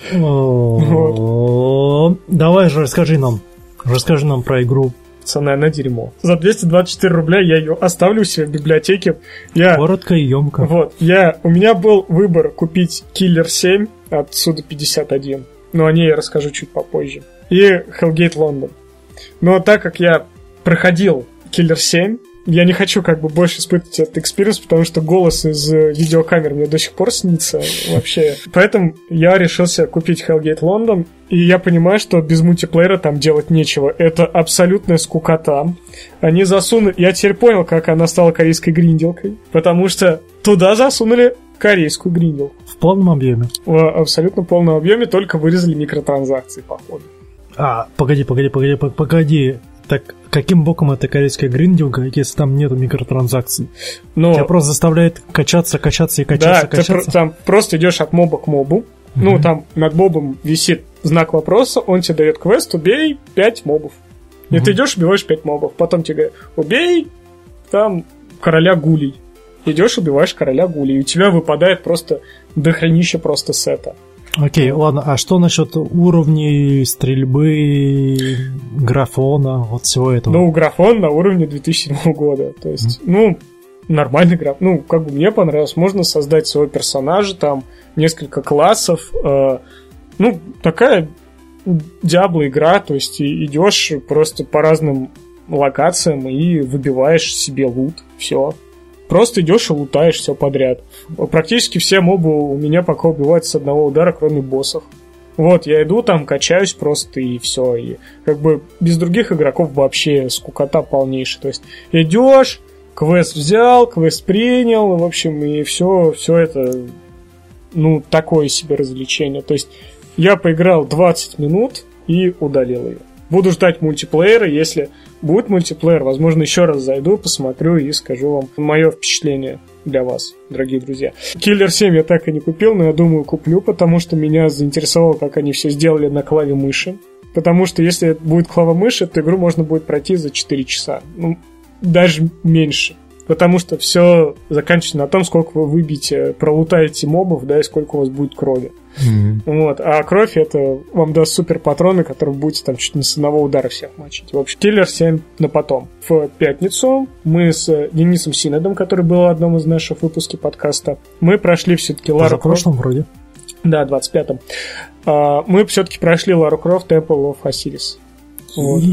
Вот. Давай же расскажи нам. Расскажи нам про игру. Цена на дерьмо. За двести двадцать четыре рубля я ее оставлю у себя в библиотеке. Я, Коротко и емко. Вот. Я, у меня был выбор купить Killer семь от Суда пятьдесят один. Но о ней я расскажу чуть попозже. И Hellgate London. Но так как я проходил Killer семь, я не хочу как бы больше испытывать этот экспириенс, потому что голос из видеокамер мне до сих пор снится вообще. Поэтому я решился купить Hellgate London, и я понимаю, что без мультиплеера там делать нечего. Это абсолютная скукота. Они засунули... Я теперь понял, как она стала корейской гринделкой, потому что туда засунули корейскую гринделку. В полном объеме? В абсолютно полном объеме, только вырезали микротранзакции, походу. А, погоди, погоди, погоди, погоди. Так каким боком это корейская гринделка, если там нету микротранзакций? Но... Тебя просто заставляет качаться, качаться и качаться, да, качаться. Да, ты там просто идешь от моба к мобу. Mm-hmm. Ну, там над мобом висит знак вопроса, он тебе дает квест, убей пять мобов. И mm-hmm. ты идешь, убиваешь пять мобов. Потом тебе говорят, убей там короля гулей. Идешь, убиваешь короля гулей. И у тебя выпадает просто дохренище просто сета. Окей, okay, ладно, а что насчет уровней стрельбы, графона, вот всего этого? Ну, графон на уровне две тысячи седьмого года. То есть, mm-hmm. ну, нормальный графон. Ну, как бы мне понравилось. Можно создать своего персонажа, там, несколько классов. Э, ну, такая Диабло игра, то есть идешь просто по разным локациям и выбиваешь себе лут. Все. Просто идешь и лутаешь все подряд. Практически все мобы у меня пока убиваются с одного удара, кроме боссов. Вот, я иду там, качаюсь просто и все. И как бы без других игроков вообще скукота полнейшая. То есть идешь, квест взял, квест принял, в общем, и все, все это, ну, такое себе развлечение. То есть я поиграл двадцать минут и удалил ее. Буду ждать мультиплеера, если будет мультиплеер, возможно, еще раз зайду, посмотрю и скажу вам мое впечатление для вас, дорогие друзья. Killer семь я так и не купил, но я думаю, куплю, потому что меня заинтересовало, как они все сделали на клаве мыши. Потому что если будет клава мыши, то игру можно будет пройти за четыре часа. Ну, даже меньше. Потому что все заканчивается на том, сколько вы выбьете, пролутаете мобов, да, и сколько у вас будет крови. Mm-hmm. Вот. А кровь это вам даст супер патроны, которые будете там чуть не с одного удара всех мочить. В общем, Killer семь на потом. В пятницу мы с Денисом Синедом, который был в одном из наших выпусков подкаста, мы прошли все-таки Лару Крофт. В прошлом вроде. Да, двадцать пятом. Мы все-таки прошли Лару Крофт Temple of Osiris. Вот.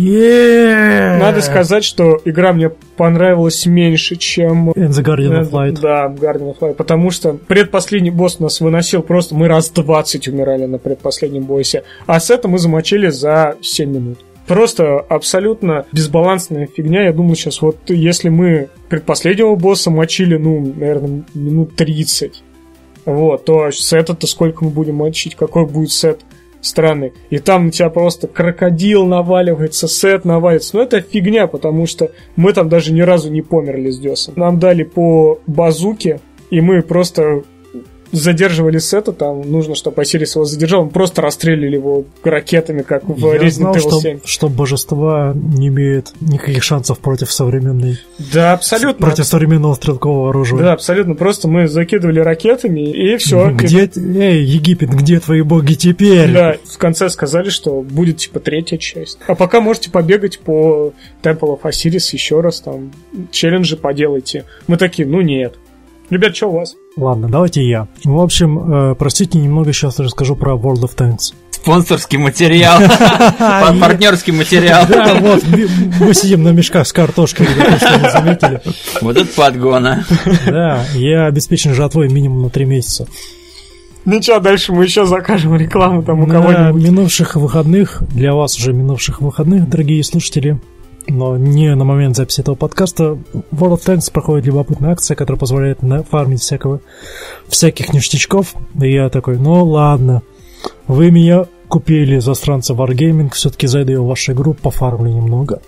Yeah! Надо сказать, что игра мне понравилась меньше, чем In the Guardian of Light. Да, Guardian of Light, потому что предпоследний босс нас выносил просто, мы раз двадцать умирали на предпоследнем боссе, а с этого мы замочили за семь минут. Просто абсолютно безбалансная фигня. Я думаю, сейчас вот если мы предпоследнего босса мочили, ну, наверное, минут тридцать, вот, то сета-то сколько мы будем мочить, какой будет сет странный. И там у тебя просто крокодил наваливается, сет наваливается. Но это фигня, потому что мы там даже ни разу не померли с Дёсом. Нам дали по базуке, и мы просто задерживали сета, там нужно, чтобы Осирис его задержал, мы просто расстреляли его ракетами, как в Я Resident знал, Evil семь. Что, что божества не имеют никаких шансов против современной... Да, абсолютно. Против современного стрелкового оружия. Да, абсолютно. Просто мы закидывали ракетами, и все. Где... И... Эй, Египет, где твои боги теперь? Да, в конце сказали, что будет, типа, третья часть. А пока можете побегать по Temple of Osiris еще раз, там, челленджи поделайте. Мы такие, ну нет. Ребят, что у вас? Ладно, давайте я. В общем, э, простите, немного сейчас расскажу про World of Tanks. Спонсорский материал. Партнерский материал. Да, вот, мы сидим на мешках с картошкой, если не заметили. Вот это подгона. Да, я обеспечен жатвой минимум на три месяца. Ничего, дальше мы еще закажем рекламу там у кого-нибудь. На минувших выходных, для вас уже минувших выходных, дорогие слушатели, но не на момент записи этого подкаста, World of Tanks проходит любопытная акция, которая позволяет нафармить всякого, всяких ништячков. И я такой, ну ладно, вы меня купили, засранцы Wargaming, все-таки зайду я в вашу игру, пофармлю немного.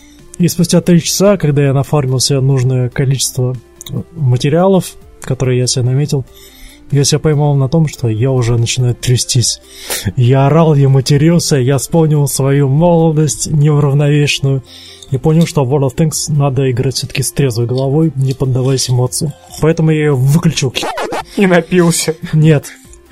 И спустя три часа, когда я нафармил себе нужное количество материалов, которые я себе наметил, я себя поймал на том, что я уже начинаю трястись. Я орал, я матерился, я вспомнил свою молодость неуравновешенную и понял, что в World of Tanks надо играть все-таки с трезвой головой, не поддаваясь эмоциям. Поэтому я ее выключил. И напился. Нет.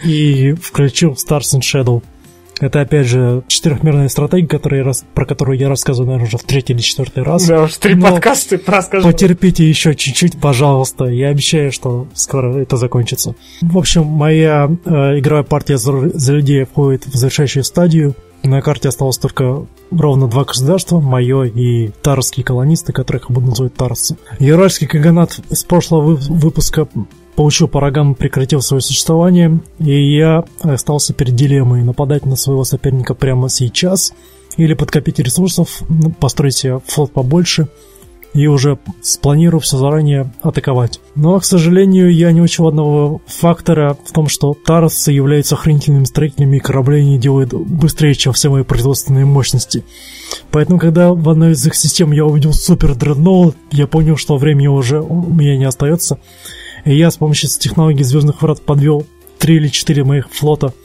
И включил Stars and Shadow. Это, опять же, четырехмерная стратегия, которая, про которую я рассказываю, наверное, уже в третий или четвертый раз. Да, уж три Но подкаста ты расскажу. Потерпите еще чуть-чуть, пожалуйста. Я обещаю, что скоро это закончится. В общем, моя э, игровая партия за, за людей входит в завершающую стадию. На карте осталось только ровно два государства, мое и таросские колонисты, которых я буду называть таросцы. Юральский каганат с прошлого вы, выпуска получил по рогам и прекратил свое существование, и я остался перед дилеммой: нападать на своего соперника прямо сейчас или подкопить ресурсов, построить себе флот побольше и уже спланировав все заранее атаковать. Но, к сожалению, я не учел одного фактора в том, что таросцы являются охранительными строителями и кораблей не делают быстрее, чем все мои производственные мощности. Поэтому, когда в одной из их систем я увидел супер дредноут, я понял, что времени уже у меня не остается. И я с помощью технологии Звездных Врат подвел три или четыре моих флота к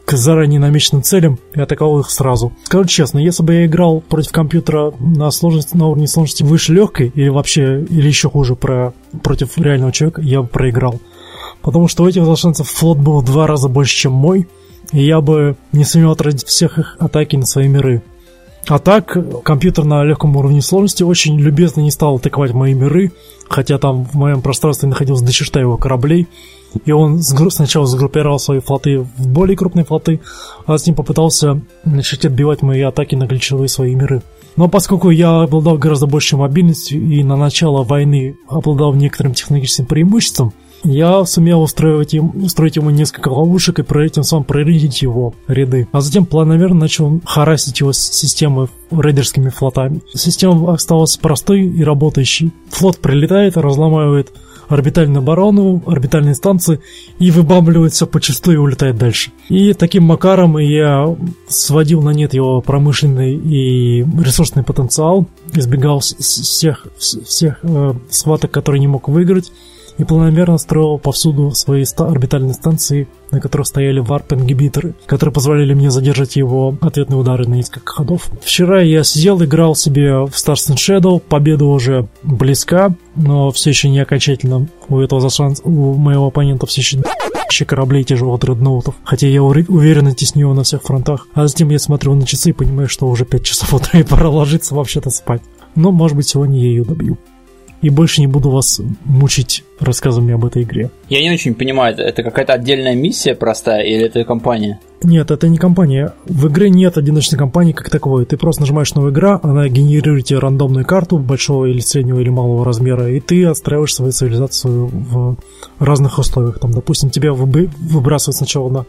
к заранее намеченным целям и атаковал их сразу. Скажу честно, если бы я играл против компьютера на сложности, на уровне сложности выше легкой, или вообще, или еще хуже, про, против реального человека, я бы проиграл. Потому что у этих возвращенцев флот был в два раза больше, чем мой, и я бы не сумел отразить всех их атаки на свои миры. А так, компьютер на легком уровне сложности очень любезно не стал атаковать мои миры, хотя там в моем пространстве находилось до черта его кораблей, и он сначала сгруппировал свои флоты в более крупные флоты, а затем попытался начать отбивать мои атаки на ключевые свои миры. Но поскольку я обладал гораздо большей мобильностью и на начало войны обладал некоторым технологическим преимуществом, я сумел устроить, им, устроить ему несколько ловушек и этим самым прорядить его ряды. А затем планомерно начал харасить его системы рейдерскими флотами. Система осталась простой и работающей. Флот прилетает, разломывает орбитальную оборону, орбитальные станции и выбамбливает все почастую и улетает дальше. И таким макаром я сводил на нет его промышленный и ресурсный потенциал, избегал всех, всех э, схваток, которые не мог выиграть, и планомерно строил повсюду свои ста- орбитальные станции, на которых стояли варп-ингибиторы, которые позволяли мне задержать его ответные удары на несколько ходов. Вчера я сидел, играл себе в Stars and Shadow, победа уже близка, но все еще не окончательно. У этого зашанс... у моего оппонента все еще кораблей тяжелых дредноутов, хотя я уверенно тесню его на всех фронтах. А затем я смотрю на часы и понимаю, что уже пять часов утра и пора ложиться вообще-то спать. Но, может быть, сегодня я ее добью. И больше не буду вас мучить рассказами об этой игре. Я не очень понимаю, это какая-то отдельная миссия простая или это компания? Нет, это не компания. В игре нет одиночной кампании как таковой. Ты просто нажимаешь новую игра, она генерирует тебе рандомную карту большого или среднего или малого размера, и ты отстраиваешь свою цивилизацию в разных условиях. Там, допустим, тебя выбы- выбрасывают сначала на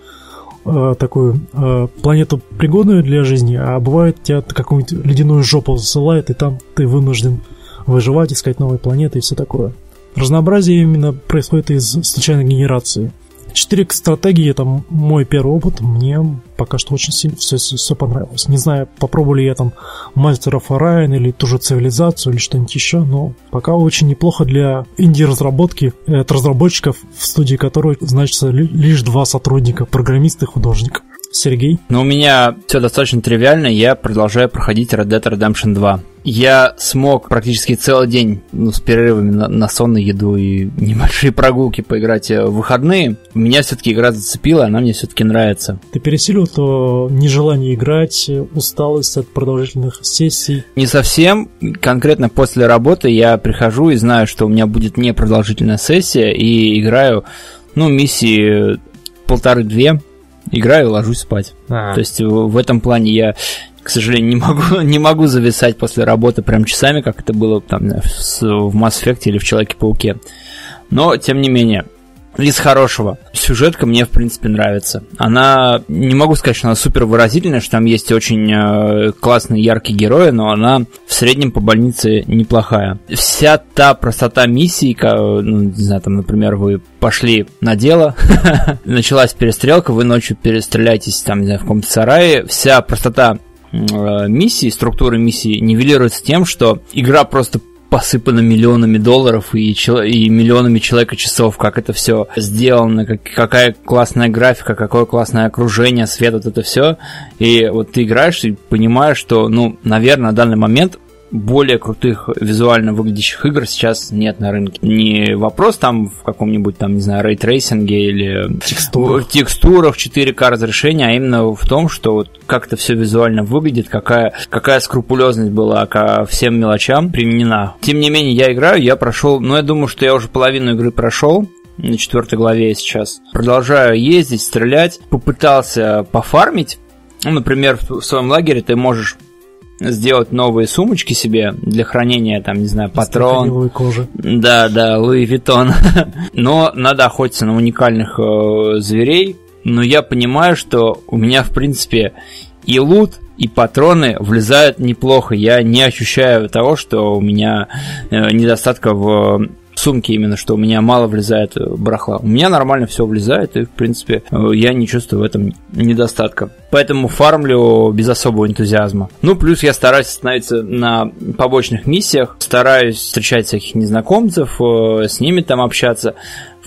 э, такую э, планету, пригодную для жизни, а бывает тебя какую-нибудь ледяную жопу засылает, и там ты вынужден выживать, искать новые планеты и все такое. Разнообразие именно происходит из случайной генерации. четыре стратегии — это мой первый опыт. Мне пока что очень сильно все, все, все понравилось. Не знаю, попробовал ли я там Master of Orion или ту же цивилизацию или что-нибудь еще, но пока очень неплохо для инди-разработки от разработчиков, в студии которой значится лишь два сотрудника, программист и художник. Сергей? Ну, у меня все достаточно тривиально, я продолжаю проходить Red Dead Redemption два. Я смог практически целый день, ну, с перерывами на, на сон и еду и небольшие прогулки поиграть в выходные. Меня все-таки игра зацепила, она мне все-таки нравится. Ты пересилил то нежелание играть, усталость от продолжительных сессий? Не совсем. Конкретно после работы я прихожу и знаю, что у меня будет непродолжительная сессия, и играю, ну, миссии полторы-две. Играю и ложусь спать. А-а-а. То есть в этом плане я, к сожалению, не могу, не могу зависать после работы прям часами, как это было там в Mass Effect или в Человеке-пауке. Но, тем не менее, из хорошего. Сюжетка мне, в принципе, нравится. Она, не могу сказать, что она супер выразительная, что там есть очень э, классные, яркие герои, но она в среднем по больнице неплохая. Вся та простота миссии, ну, не знаю, там, например, вы пошли на дело, началась перестрелка, вы ночью перестреляетесь там, не знаю, в каком-то сарае, вся простота э, миссии, структуры миссии нивелируется тем, что игра просто посыпано миллионами долларов и, чел- и миллионами человека-часов, как это все сделано, как- какая классная графика, какое классное окружение, свет, вот это все. И вот ты играешь и понимаешь, что, ну, наверное, на данный момент более крутых визуально выглядящих игр сейчас нет на рынке. Не вопрос там в каком-нибудь там, не знаю, рейтрейсинге или текстурах, текстурах четыре ка разрешения, а именно в том, что вот как это все визуально выглядит, какая, какая скрупулезность была ко всем мелочам применена. Тем не менее, я играю, я прошел, ну, я думаю, что я уже половину игры прошел. На четвертой главе сейчас. Продолжаю ездить, стрелять. Попытался пофармить. Ну, например, в своем лагере ты можешь сделать новые сумочки себе для хранения, там, не знаю, патрон. Кожи. Да, да, Луи Виттон. Но надо охотиться на уникальных э, зверей. Но я понимаю, что у меня, в принципе, и лут, и патроны влезают неплохо. Я не ощущаю того, что у меня э, недостатка в сумке именно, что у меня мало влезает барахла. У меня нормально все влезает, и, в принципе, я не чувствую в этом недостатка. Поэтому фармлю без особого энтузиазма. Ну, плюс я стараюсь остановиться на побочных миссиях, стараюсь встречать всяких незнакомцев, с ними там общаться. В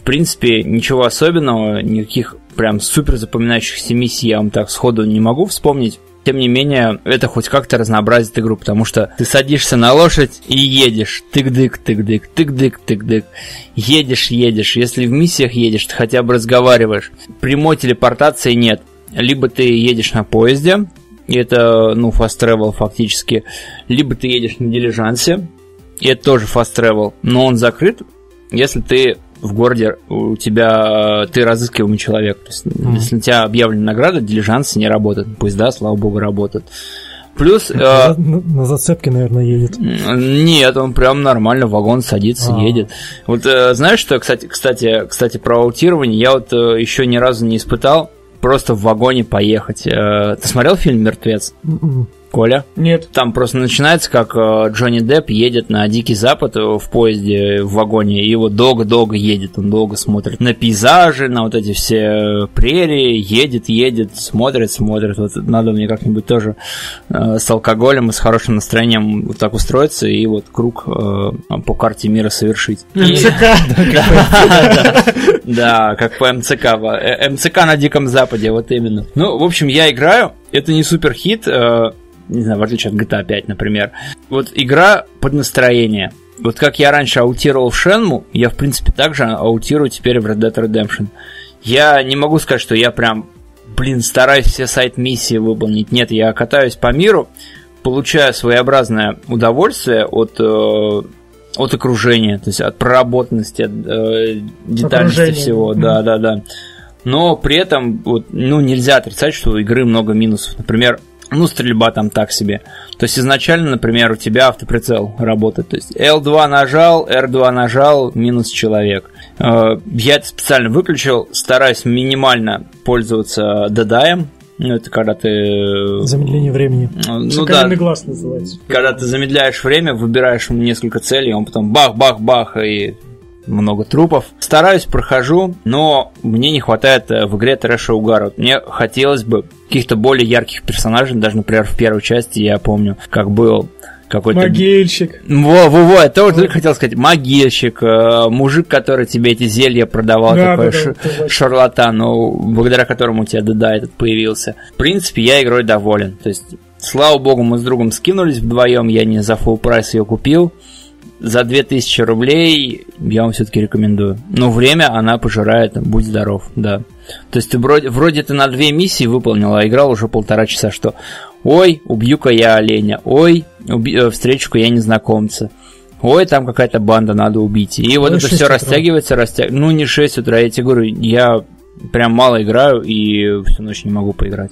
принципе, ничего особенного, никаких прям супер запоминающихся миссий я вам так сходу не могу вспомнить. Тем не менее, это хоть как-то разнообразит игру, потому что ты садишься на лошадь и едешь. Тык-дык, тык-дык, тык-дык, тык-дык. Едешь, едешь. Если в миссиях едешь, ты хотя бы разговариваешь. Прямой телепортации нет. Либо ты едешь на поезде, и это, ну, fast travel фактически, либо ты едешь на дилижансе, и это тоже fast travel, но он закрыт, если ты в городе, у тебя, ты разыскиваемый человек. То есть, mm-hmm. если у тебя объявлена награда, дилижансы не работают. Поезда, слава богу, работают. Плюс... Э, на, на зацепке, наверное, едет. Нет, он прям нормально в вагон садится, А-а-а. едет. Вот э, знаешь, что, кстати, кстати, кстати, про аутирование я вот э, еще ни разу не испытал. Просто в вагоне поехать. Э, ты смотрел фильм «Мертвец»? Mm-mm. Коля? Нет. Там просто начинается, как э, Джонни Депп едет на Дикий Запад в поезде, в вагоне, и его долго-долго едет, он долго смотрит на пейзажи, на вот эти все прерии, едет, едет, смотрит, смотрит. Вот надо мне как-нибудь тоже э, с алкоголем и с хорошим настроением вот так устроиться и вот круг э, по карте мира совершить. МЦК! Да, как по МЦК. МЦК на Диком Западе, вот именно. Ну, в общем, я играю, это не супер хит, не знаю, в отличие от джи ти эй пять, например. Вот игра под настроение. Вот как я раньше аутировал в Shenmue, я, в принципе, также аутирую теперь в Red Dead Redemption. Я не могу сказать, что я прям, блин, стараюсь все сайд-миссии выполнить. Нет, я катаюсь по миру, получаю своеобразное удовольствие от, э, от окружения, то есть от проработанности, от э, детальности Окружение. всего. Mm-hmm. Да, да, да. Но при этом, вот, ну, нельзя отрицать, что у игры много минусов. Например, ну, стрельба там так себе. То есть изначально, например, у тебя автоприцел работает. То есть эл два нажал, эр два нажал, минус человек. Я это специально выключил, стараюсь минимально пользоваться дадаем. Ну, это когда ты... Замедление времени. Ну, да. Глаз называется. Когда ты замедляешь время, выбираешь несколько целей, он потом бах-бах-бах, и много трупов. Стараюсь, прохожу, но мне не хватает в игре трэша и угара. Мне хотелось бы каких-то более ярких персонажей, даже, например, в первой части я помню, как был какой-то... Могильщик. Во-во-во, я тоже только хотел сказать. Могильщик, мужик, который тебе эти зелья продавал, да, такой да, ш- да, шарлатан, ну, благодаря которому у тебя ДД этот появился. В принципе, я игрой доволен. То есть, слава богу, мы с другом скинулись вдвоем, я не за full прайс ее купил. За две тысячи рублей я вам все-таки рекомендую. Но время она пожирает, будь здоров, да. То есть ты вроде, вроде ты на две миссии выполнил, а играл уже полтора часа, что ой, убью-ка я оленя, ой, уби- встречу-ка я незнакомца, ой, там какая-то банда, надо убить. И вот это все растягивается, растягивается. Ну, не шесть утра, я тебе говорю, я прям мало играю и всю ночь не могу поиграть.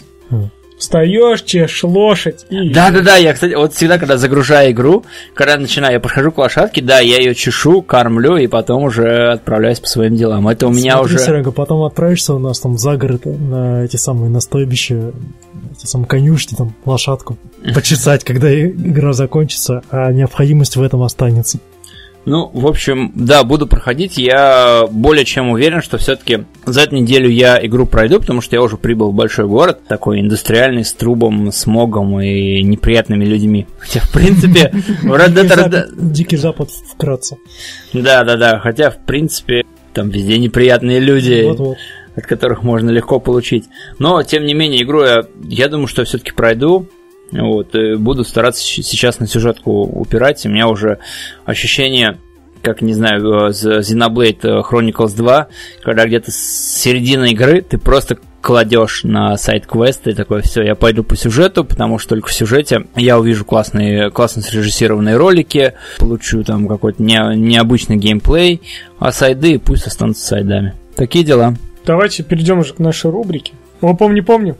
Встаешь, чешешь лошадь и... Да-да-да, я, кстати, вот всегда, когда загружаю игру, когда начинаю, я подхожу к лошадке, да, я ее чешу, кормлю, и потом уже отправляюсь по своим делам. Это у меня Смотри, уже... Серега, потом отправишься у нас там за город на эти самые, на стойбище, эти самые конюшни, там, лошадку почесать, когда игра закончится, а необходимость в этом останется. Ну, в общем, да, буду проходить. Я более чем уверен, что все-таки за эту неделю я игру пройду, потому что я уже прибыл в большой город, такой индустриальный, с трубом, смогом и неприятными людьми. Хотя, в принципе, в Red Dead... Дикий Запад вкратце. Да-да-да, хотя, в принципе, там везде неприятные люди, от которых можно легко получить. Но, тем не менее, игру я, я думаю, что все-таки пройду. Вот, буду стараться сейчас на сюжетку упирать. У меня уже ощущение, как, не знаю, Xenoblade Chronicles два, когда где-то с середины игры ты просто кладешь на сайт-квесты и такой, все, я пойду по сюжету, потому что только в сюжете я увижу классные, классно срежиссированные ролики, получу там какой-то не, необычный геймплей, а сайды пусть останутся сайдами. Такие дела. Давайте перейдем уже к нашей рубрике. О, помню, помню.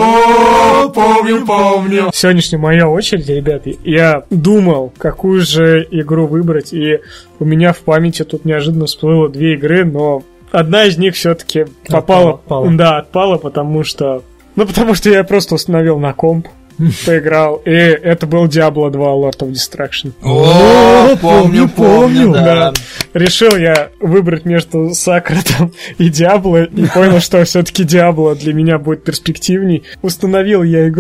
О, помню, помню. Сегодняшняя моя очередь, ребят. Я думал, какую же игру выбрать, и у меня в памяти тут неожиданно всплыло две игры, но одна из них все-таки попала, отпала. Да, отпала, потому что, ну потому что я просто установил на комп, поиграл, и это был Diablo два Lord of Destruction. О, помню, помню, да. Решил я выбрать между Сакратом и Диабло, и понял, что все-таки Диабло для меня будет перспективней. Установил я игру,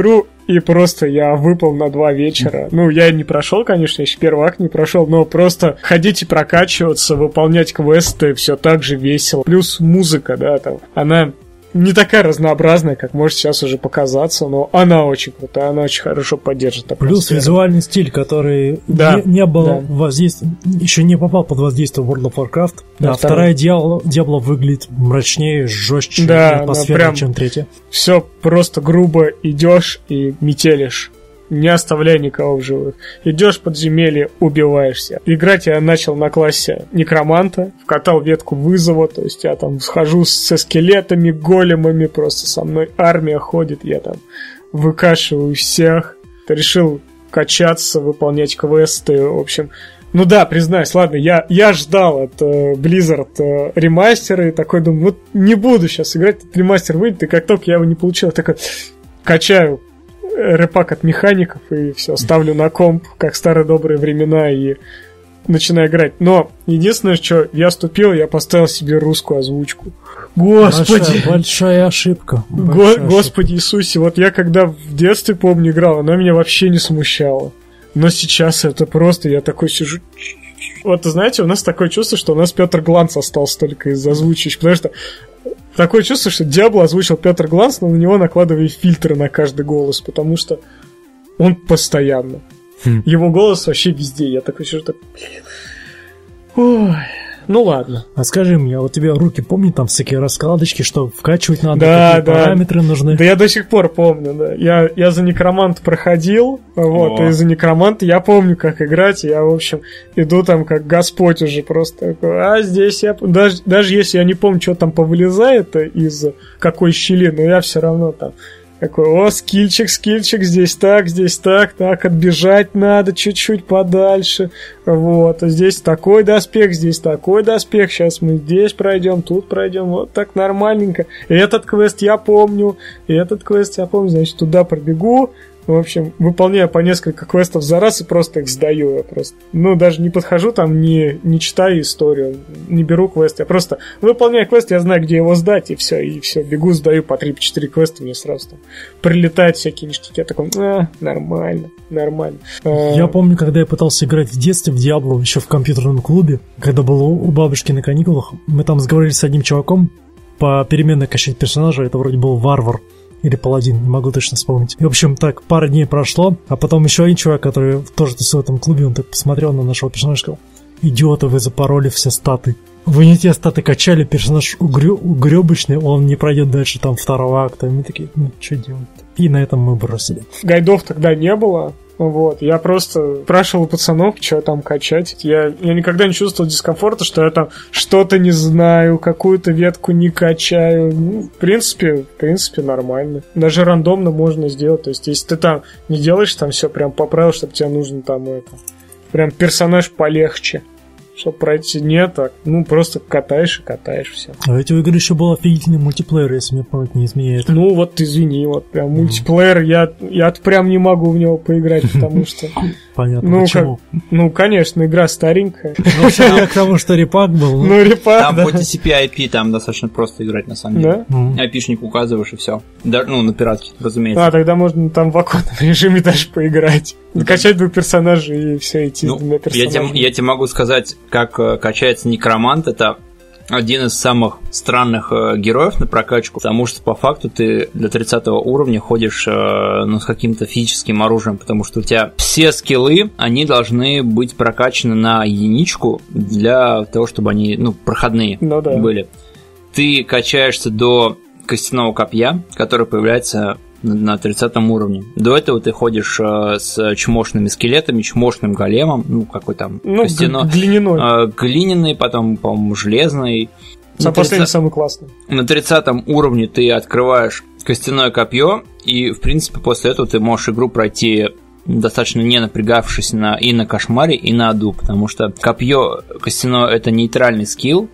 И просто я выпал на два вечера. Ну, я не прошел, конечно, еще первый акт не прошел, но просто ходить и прокачиваться, выполнять квесты, все так же весело. Плюс музыка, да, там, она не такая разнообразная, как может сейчас уже показаться, но она очень крутая, она очень хорошо поддержит атмосферу. Плюс визуальный стиль, который да, не, не был да. воздействием, еще не попал под воздействие World of Warcraft. Да, а вторая Diablo, Diablo выглядит мрачнее, жестче, да, атмосфернее, чем третья. Все просто грубо идешь и метелишь, не оставляя никого в живых. Идешь в подземелье, убиваешься. Играть я начал на классе некроманта, вкатал ветку вызова, то есть я там схожу со скелетами, големами, просто со мной армия ходит, я там выкашиваю всех. Решил качаться, выполнять квесты, в общем. Ну да, признаюсь, ладно, я, я ждал от э, Blizzard э, ремастера и такой думаю, вот не буду сейчас играть, этот ремастер выйдет, и как только я его не получил, я такой качаю рэпак от механиков и все, ставлю на комп, как старые добрые времена, и начинаю играть. Но единственное, что я вступил, я поставил себе русскую озвучку. Господи! Большая, большая ошибка. Большая Го- Господи ошибка. Иисусе, вот я когда в детстве, помню, играл, она меня вообще не смущала. Но сейчас это просто, я такой сижу... Вот, знаете, у нас такое чувство, что у нас Петр Гланц остался только из озвучивающих, потому что такое чувство, что Диабло озвучил Петр Гланц, но на него накладывали фильтры на каждый голос, потому что он постоянно. Хм. Его голос вообще везде. Я такой сижу, так... Ой... Ну ладно. А скажи мне, вот тебе руки, помни, там всякие раскладочки, что вкачивать надо, да, какие да. параметры нужны? Да я до сих пор помню, да. Я, я за некромант проходил, вот, О. и за некромант я помню, как играть. Я, в общем, иду там как Господь уже просто такой, а здесь я... Даже, даже если я не помню, что там повылезает из какой щели, но я все равно там... Такой, о, скильчик, скильчик, здесь так, здесь так, так, отбежать надо чуть-чуть подальше, вот, здесь такой доспех, здесь такой доспех, сейчас мы здесь пройдем, тут пройдем, вот так нормальненько. И этот квест я помню, и этот квест я помню, значит, туда пробегу, в общем, выполняю по несколько квестов за раз и просто их сдаю. Я просто, ну, даже не подхожу там, не, не читаю историю, не беру квест. Я просто выполняю квест, я знаю, где его сдать, и все, и все. Бегу, сдаю по три-четыре квеста, мне сразу там прилетают всякие ништяки. Я такой, а, нормально, нормально. Я помню, когда я пытался играть в детстве в Diablo, еще в компьютерном клубе, когда был у бабушки на каникулах, мы там сговорились с одним чуваком по переменной качать персонажа, это вроде был варвар. Или паладин, не могу точно вспомнить. И, в общем, так, пара дней прошло, а потом еще один чувак, который тоже тусил в этом клубе, он так посмотрел на нашего персонажа и сказал: идиоты, вы запороли все статы. Вы не те статы качали, персонаж угрё- угрёбочный, он не пройдет дальше там второго акта. И мы такие, ну, что делать-то? И на этом мы бросили. Гайдов тогда не было. Вот, я просто спрашивал у пацанов, что там качать. Я, я никогда не чувствовал дискомфорта, что я там что-то не знаю, какую-то ветку не качаю. Ну, в принципе, в принципе, нормально. Даже рандомно можно сделать. То есть, если ты там не делаешь там все прям по правилам, чтобы тебе нужно там это... Прям персонаж полегче, чтобы пройти. Нет, так, ну, просто катаешь и катаешь, все. А ведь у игры еще был офигительный мультиплеер, если мне память не изменяет. Ну, вот извини, вот прям mm-hmm. мультиплеер, я, я прям не могу в него поиграть, потому что... Понятно, ну, почему. Как, ну, конечно, игра старенькая. Ну, я к тому, что репак был. Ну, репак, там по ти си пи ай пи там достаточно просто играть, на самом деле. Айпишник указываешь, и все. Ну, на пиратке, разумеется. А, тогда можно там в оконном режиме даже поиграть. Накачать двух персонажей и все, идти с двумя персонажами. Я тебе могу сказать, как качается некромант. Это один из самых странных э, героев на прокачку, потому что по факту ты до тридцатого уровня ходишь э, ну, с каким-то физическим оружием, потому что у тебя все скиллы, они должны быть прокачаны на единичку для того, чтобы они, ну, проходные ну, да. были. Ты качаешься до костяного копья, который появляется на тридцатом уровне. До этого ты ходишь э, с чмошными скелетами, чмошным големом, ну, какой там, ну, костяной. Глиняной. Э, глиняный, потом, по-моему, железный. А последний самый классный. На тридцатом уровне ты открываешь костяное копье, и, в принципе, после этого ты можешь игру пройти достаточно не напрягавшись на, и на кошмаре, и на аду, потому что копье костяное — это нейтральный скилл,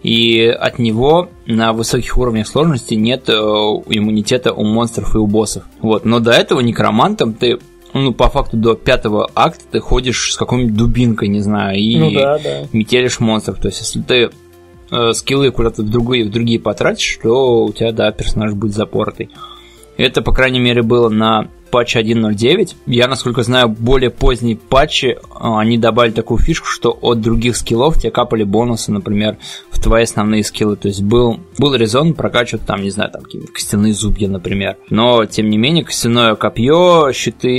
и от него на высоких уровнях сложности нет э, иммунитета у монстров и у боссов. Вот. Но до этого некромантом ты, ну, по факту до пятого акта ты ходишь с какой-нибудь дубинкой, не знаю, и ну, да, да. метелишь монстров. То есть, если ты э, скиллы куда-то в другие, в другие потратишь, то у тебя, да, персонаж будет запортый. Это, по крайней мере, было на патч один ноль девять. Я, насколько знаю, более поздние патчи, они добавили такую фишку, что от других скиллов тебе капали бонусы, например, в твои основные скиллы. То есть был, был резон прокачивать там, не знаю, там какие-нибудь костяные зубья, например. Но, тем не менее, костяное копье,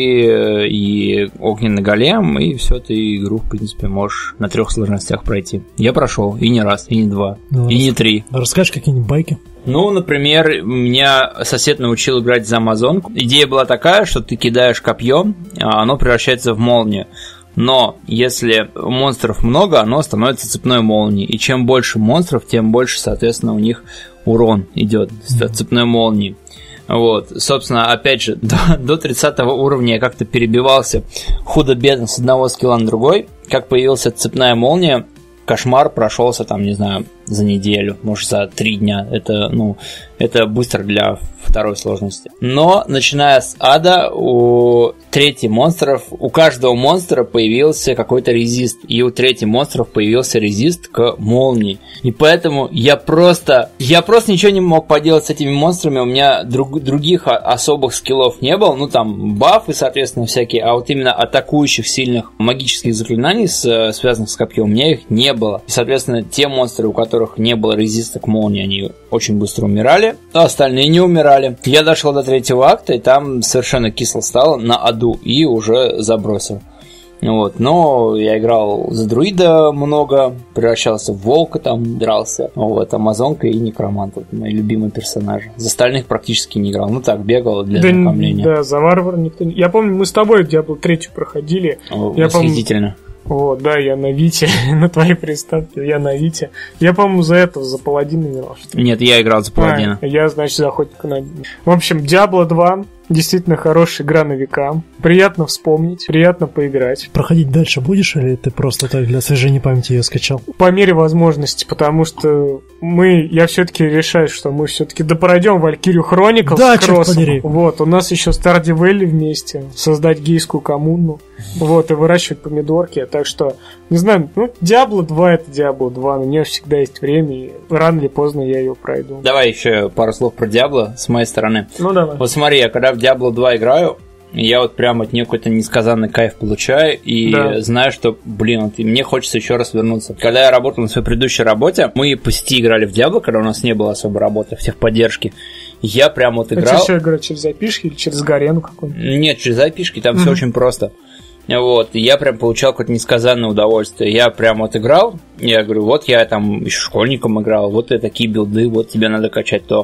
щиты и огненный голем, и все, ты игру, в принципе, можешь на трех сложностях пройти. Я прошел, и не раз, и не два, ну, и не три. Расскажешь какие-нибудь байки? Ну, например, меня сосед научил играть за амазонку. Идея была такая, что ты кидаешь копье, а оно превращается в молнию. Но если монстров много, оно становится цепной молнией. И чем больше монстров, тем больше, соответственно, у них урон идет от цепной молнии. Вот, собственно, опять же, до, до тридцатого уровня я как-то перебивался худо-бедно с одного скилла на другой. Как появилась цепная молния, кошмар прошелся там, не знаю, за неделю, может, за три дня. Это, ну, это быстро для второй сложности. Но, начиная с ада, у трети монстров, у каждого монстра появился какой-то резист. И у трети монстров появился резист к молнии. И поэтому я просто, я просто ничего не мог поделать с этими монстрами. У меня друг, других особых скиллов не было. Ну, там, бафы, соответственно, всякие. А вот именно атакующих сильных магических заклинаний, с, связанных с копьем, у меня их не было. И, соответственно, те монстры, у которых не было резиста к молнии, они очень быстро умирали, а остальные не умирали. Я дошел до третьего акта, и там совершенно кисло стало на аду, и уже забросил. Вот. Но я играл за друида много, превращался в волка, там дрался. Вот, амазонка и некромант, вот мои любимые персонажи. За остальных практически не играл. Ну так, бегал для да, знакомления. Да, за варвара никто не... Я помню, мы с тобой Диабло три проходили. О, я восхитительно. Помню... Вот, да, я на Вите, на твоей приставке, я на Вите. Я, по-моему, за этого, за Паладина играл, что ли? Нет, я играл за Паладина. А, я, значит, за Охотника на... В общем, Диабло два действительно хорошая игра на века. Приятно вспомнить, приятно поиграть. Проходить дальше будешь, или ты просто так для освежения памяти ее скачал? По мере возможности, потому что мы, я все-таки решаю, что мы все-таки допройдем Valkyria Chronicles да, с Кроссом. Подери. Вот, у нас еще Stardew Valley вместе, создать гейскую коммуну, вот, и выращивать помидорки, так что, не знаю, ну, Diablo два это Diablo два, на нее всегда есть время, и рано или поздно я ее пройду. Давай еще пару слов про Diablo с моей стороны. Ну, давай. Вот смотри, я когда в Diablo два играю, я вот прям от нее какой-то несказанный кайф получаю и да. знаю, что, блин, вот, мне хочется еще раз вернуться. Когда я работал на своей предыдущей работе, мы по сети играли в Diablo, когда у нас не было особой работы, в техподдержке. Я прям вот играл... А что, играть через ай пи-шки или через Гарену какой-нибудь? Нет, через ай пи-шки, там mm-hmm. все очень просто. Вот, и я прям получал какое-то несказанное удовольствие. Я прям вот играл, я говорю, вот я там еще школьником играл, вот и такие билды, вот тебе надо качать то.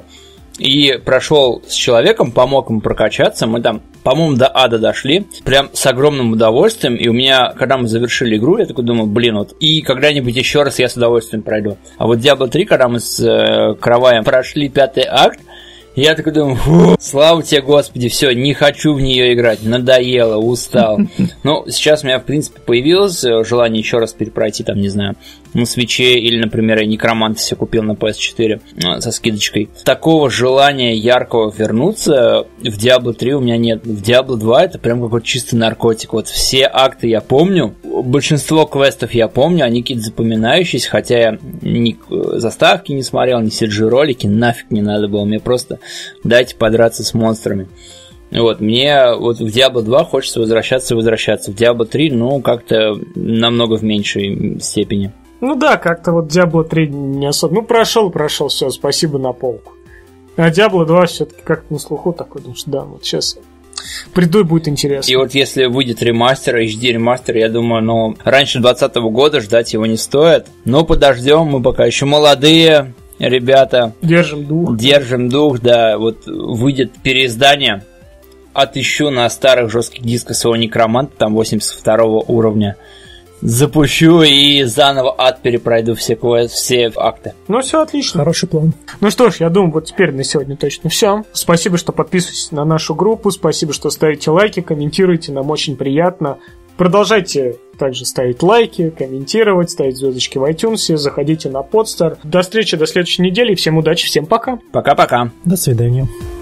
И прошел с человеком, помог ему прокачаться. Мы там, по-моему, до ада дошли. Прям с огромным удовольствием. И у меня, когда мы завершили игру, я такой думал, блин, вот и когда-нибудь еще раз я с удовольствием пройду. А вот Diablo три, когда мы с э, Караваем прошли пятый акт, я такой думаю, фу, слава тебе, Господи, все, не хочу в нее играть, надоело, устал. Ну, сейчас у меня, в принципе, появилось желание еще раз перепройти, там, не знаю, на свитче, или, например, я Некроманта себе купил на пи эс четыре со скидочкой. Такого желания яркого вернуться в Diablo три у меня нет. В Diablo два это прям какой-то чистый наркотик. Вот все акты я помню, большинство квестов я помню, они какие-то запоминающиеся, хотя я ни заставки не смотрел, ни си джи-ролики, нафиг не надо было, мне просто дайте подраться с монстрами. Вот, мне вот в Diablo два хочется возвращаться и возвращаться. В Diablo три, ну, как-то намного в меньшей степени. Ну да, как-то вот Diablo три не особо... Ну, прошел, прошел, все, спасибо на полку. А Diablo два все-таки как-то на слуху такой, думаю, что да, вот сейчас приду и будет интересно. И вот если выйдет ремастер, эйч ди ремастер, я думаю, ну, раньше двадцатого года ждать его не стоит. Но подождем, мы пока еще молодые ребята. Держим дух. Держим дух, да. Вот выйдет переиздание. Отыщу на старых жестких дисках своего Некроманта, там восемьдесят второго уровня. Запущу и заново ад перепройду все, все акты. Ну, все отлично. Хороший план. Ну что ж, я думаю, вот теперь на сегодня точно все. Спасибо, что подписываетесь на нашу группу. Спасибо, что ставите лайки, комментируете. Нам очень приятно. Продолжайте также ставить лайки, комментировать, ставить звездочки в iTunes. Заходите на Podster. До встречи, до следующей недели. Всем удачи, всем пока. Пока-пока. До свидания.